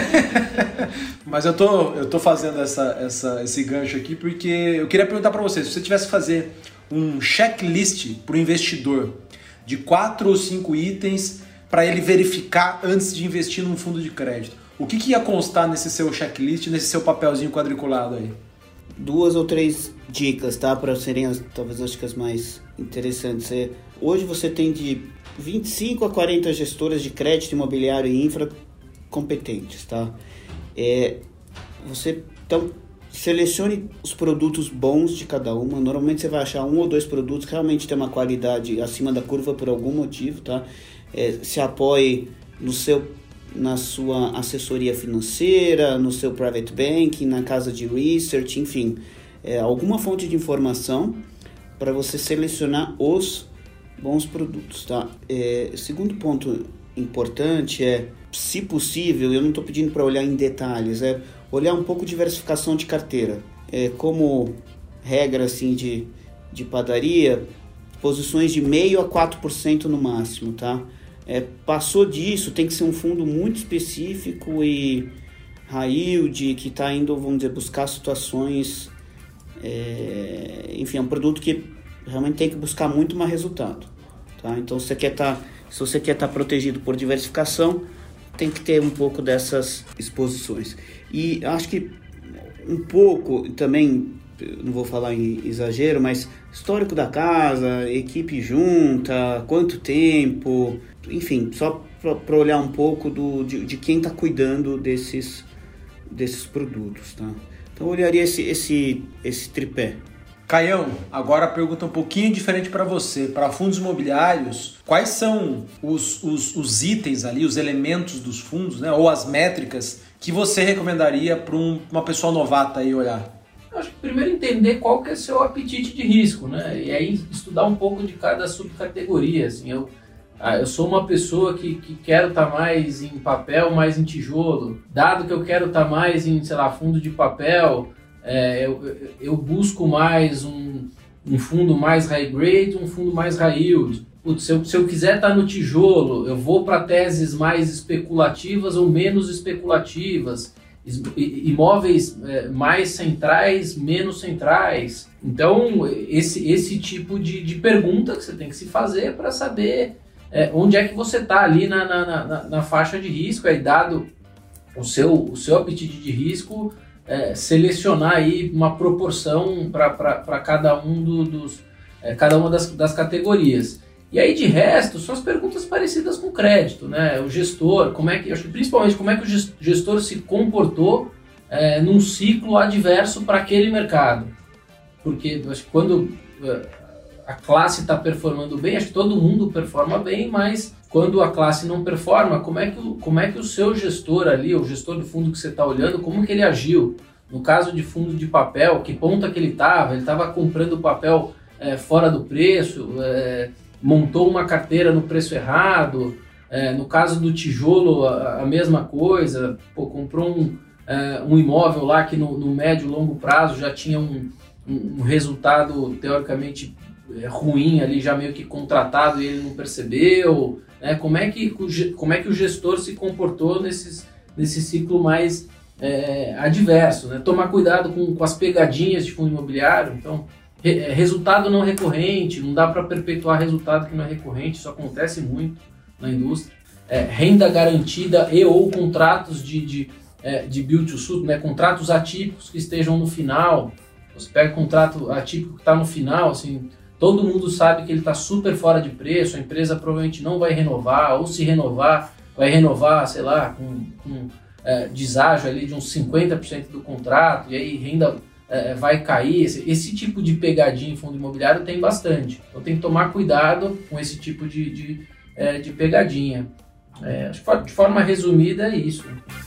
Mas eu tô, eu tô fazendo essa, essa, esse gancho aqui porque eu queria perguntar para você, se você tivesse que fazer um checklist para o investidor de quatro ou cinco itens para ele verificar antes de investir num fundo de crédito, o que, que ia constar nesse seu checklist, nesse seu papelzinho quadriculado aí? Duas ou três dicas, tá? Para serem as, talvez as dicas mais interessantes. É, hoje você tem de vinte e cinco a quarenta gestoras de crédito imobiliário e infra competentes, tá? É, você, então, selecione os produtos bons de cada uma. Normalmente você vai achar um ou dois produtos que realmente tem uma qualidade acima da curva por algum motivo, tá? É, se apoie no seu, na sua assessoria financeira, no seu private banking, na casa de research, enfim, é, alguma fonte de informação para você selecionar os bons produtos, tá? É, segundo ponto importante é, se possível, eu não estou pedindo para olhar em detalhes, é olhar um pouco de diversificação de carteira. É, como regra assim de, de padaria, posições de meio a quatro por cento no máximo, tá? É, passou disso, tem que ser um fundo muito específico e high yield, que está indo, vamos dizer, buscar situações, é, enfim, é um produto que realmente tem que buscar muito mais resultado, tá? Então, se você quer tá, se você quer estar tá protegido por diversificação, tem que ter um pouco dessas exposições. E acho que um pouco também, não vou falar em exagero, mas histórico da casa, equipe junta, quanto tempo, enfim, só para olhar um pouco do, de, de quem está cuidando desses, desses produtos, tá? Então eu olharia esse, esse, esse tripé, Caião, agora a pergunta um pouquinho diferente para você. Para fundos imobiliários, quais são os, os, os itens ali, os elementos dos fundos, né, ou as métricas que você recomendaria para um, uma pessoa novata aí olhar? Eu acho que primeiro entender qual que é o seu apetite de risco, né? E aí estudar um pouco de cada subcategoria. Assim, eu, eu sou uma pessoa que, que quero estar tá mais em papel, mais em tijolo. Dado que eu quero estar tá mais em, sei lá, fundo de papel, é, eu, eu busco mais um, um fundo mais high grade, um fundo mais high yield. Putz, se, eu, se eu quiser estar tá no tijolo, eu vou para teses mais especulativas ou menos especulativas. Imóveis é, mais centrais, menos centrais. Então, esse, esse tipo de, de pergunta que você tem que se fazer para saber é, onde é que você está ali na, na, na, na faixa de risco, aí dado o seu, o seu apetite de risco, é, selecionar aí uma proporção para cada um do, dos, é, cada uma das, das categorias. E aí, de resto, são as perguntas parecidas com crédito, né? O gestor, como é que, acho que principalmente como é que o gestor se comportou é, num ciclo adverso para aquele mercado. Porque acho que quando a classe está performando bem, acho que todo mundo performa bem, mas quando a classe não performa, como é que, como é que o seu gestor ali, o gestor do fundo que você está olhando, como que ele agiu? No caso de fundo de papel, que ponta que ele estava? Ele estava comprando papel é, fora do preço, é, montou uma carteira no preço errado. É, no caso do tijolo, a, a mesma coisa. Pô, comprou um, é, um imóvel lá que no, no médio e longo prazo já tinha um, um, um resultado teoricamente é, ruim ali, já meio que contratado, e ele não percebeu. Né? Como é que, como é que o gestor se comportou nesses, nesse ciclo mais é, adverso? Né? Tomar cuidado com, com as pegadinhas de fundo imobiliário. Então, resultado não recorrente, não dá para perpetuar resultado que não é recorrente, isso acontece muito na indústria. É, renda garantida e ou contratos de, de, de build to suit, né? Contratos atípicos que estejam no final. Você pega contrato atípico que está no final, assim, todo mundo sabe que ele está super fora de preço, a empresa provavelmente não vai renovar, ou se renovar, vai renovar, sei lá, com, com é, deságio ali de uns cinquenta por cento do contrato, e aí renda É, vai cair. Esse, esse tipo de pegadinha em fundo imobiliário tem bastante. Então tem que tomar cuidado com esse tipo de, de, é, de pegadinha. É, de forma resumida é isso.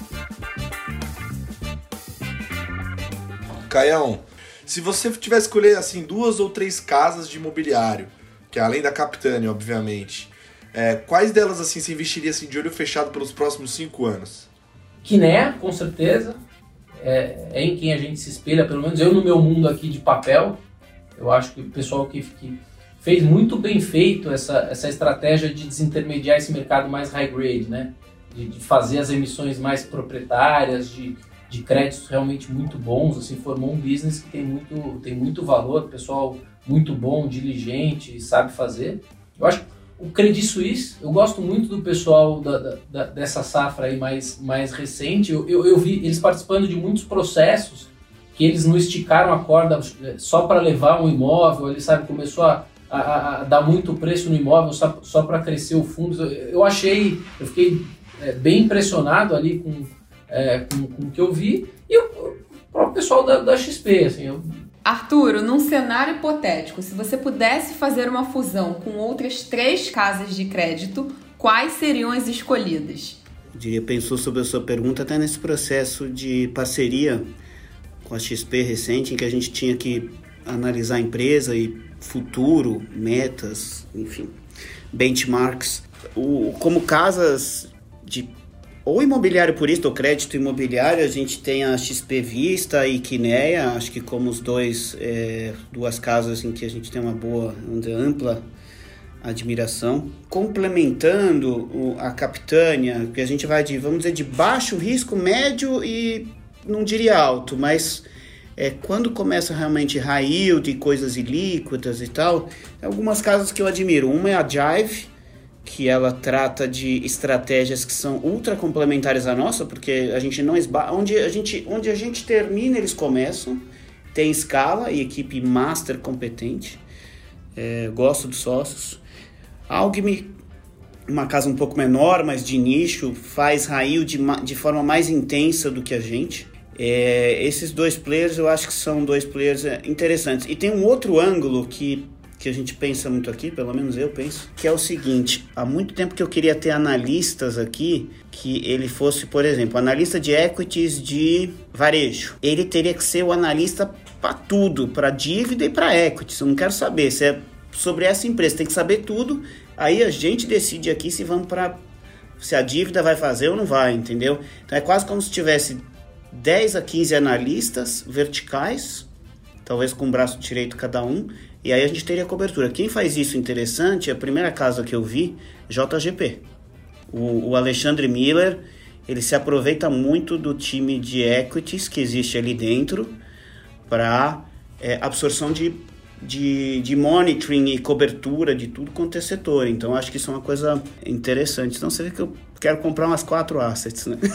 Caião, se você tivesse que escolher assim, duas ou três casas de imobiliário, que é além da Capitânia, obviamente, é, quais delas assim, você investiria assim, de olho fechado pelos próximos cinco anos? Quiné, com certeza. É, é em quem a gente se espelha, pelo menos eu no meu mundo aqui de papel. Eu acho que o pessoal que, que fez muito bem feito essa, essa estratégia de desintermediar esse mercado mais high grade, né? De, de fazer as emissões mais proprietárias, de, de créditos realmente muito bons, assim, formou um business que tem muito, tem muito valor, pessoal muito bom, diligente, sabe fazer. Eu acho que o Credit Suisse, eu gosto muito do pessoal da, da, dessa safra aí mais, mais recente. Eu, eu, eu vi eles participando de muitos processos que eles não esticaram a corda só para levar um imóvel, ele sabe, começou a, a, a dar muito preço no imóvel só, só para crescer o fundo. Eu, eu achei, eu fiquei é, bem impressionado ali com, é, com, com o que eu vi. E o próprio pessoal da, da X P, assim, eu, Arturo, num cenário hipotético, se você pudesse fazer uma fusão com outras três casas de crédito, quais seriam as escolhidas? Eu diria, pensou sobre a sua pergunta até nesse processo de parceria com a X P recente, em que a gente tinha que analisar a empresa e futuro, metas, enfim, benchmarks. O, como casas de ou imobiliário purista ou crédito imobiliário, a gente tem a X P Vista e Quinéia, acho que como os dois, é, duas casas em que a gente tem uma boa, ampla admiração. Complementando o, a Capitânia, que a gente vai de, vamos dizer, de baixo risco, médio e não diria alto, mas é, quando começa realmente high yield e coisas ilíquidas e tal, algumas casas que eu admiro. Uma é a Jive, que ela trata de estratégias que são ultra complementares à nossa, porque a gente não esba... onde a gente onde a gente termina, eles começam. Tem escala e equipe master competente. É, gosto dos sócios. Algme, uma casa um pouco menor, mas de nicho, faz raio de, de forma mais intensa do que a gente. É, esses dois players eu acho que são dois players interessantes. E tem um outro ângulo que, que a gente pensa muito aqui, pelo menos eu penso, que é o seguinte: há muito tempo que eu queria ter analistas aqui que ele fosse, por exemplo, analista de equities de varejo. Ele teria que ser o analista para tudo, para dívida e para equities. Eu não quero saber se é sobre essa empresa, tem que saber tudo. Aí a gente decide aqui se vamos para se a dívida vai fazer ou não vai, entendeu? Então é quase como se tivesse dez a quinze analistas verticais, talvez com um braço direito cada um, e aí a gente teria cobertura. Quem faz isso interessante, a primeira casa que eu vi, J G P. O, o Alexandre Miller, ele se aproveita muito do time de equities que existe ali dentro para é, absorção de, de, de monitoring e cobertura de tudo quanto é setor. Então acho que isso é uma coisa interessante. Então você vê que eu quero comprar umas quatro assets, né?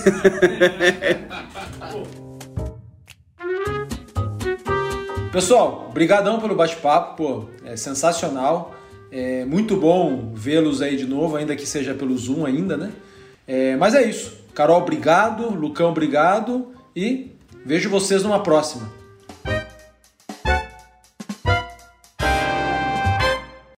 Pessoal, brigadão pelo bate-papo, pô, é sensacional, é muito bom vê-los aí de novo, ainda que seja pelo Zoom ainda, né? É, mas é isso, Carol, obrigado, Lucão, obrigado e vejo vocês numa próxima.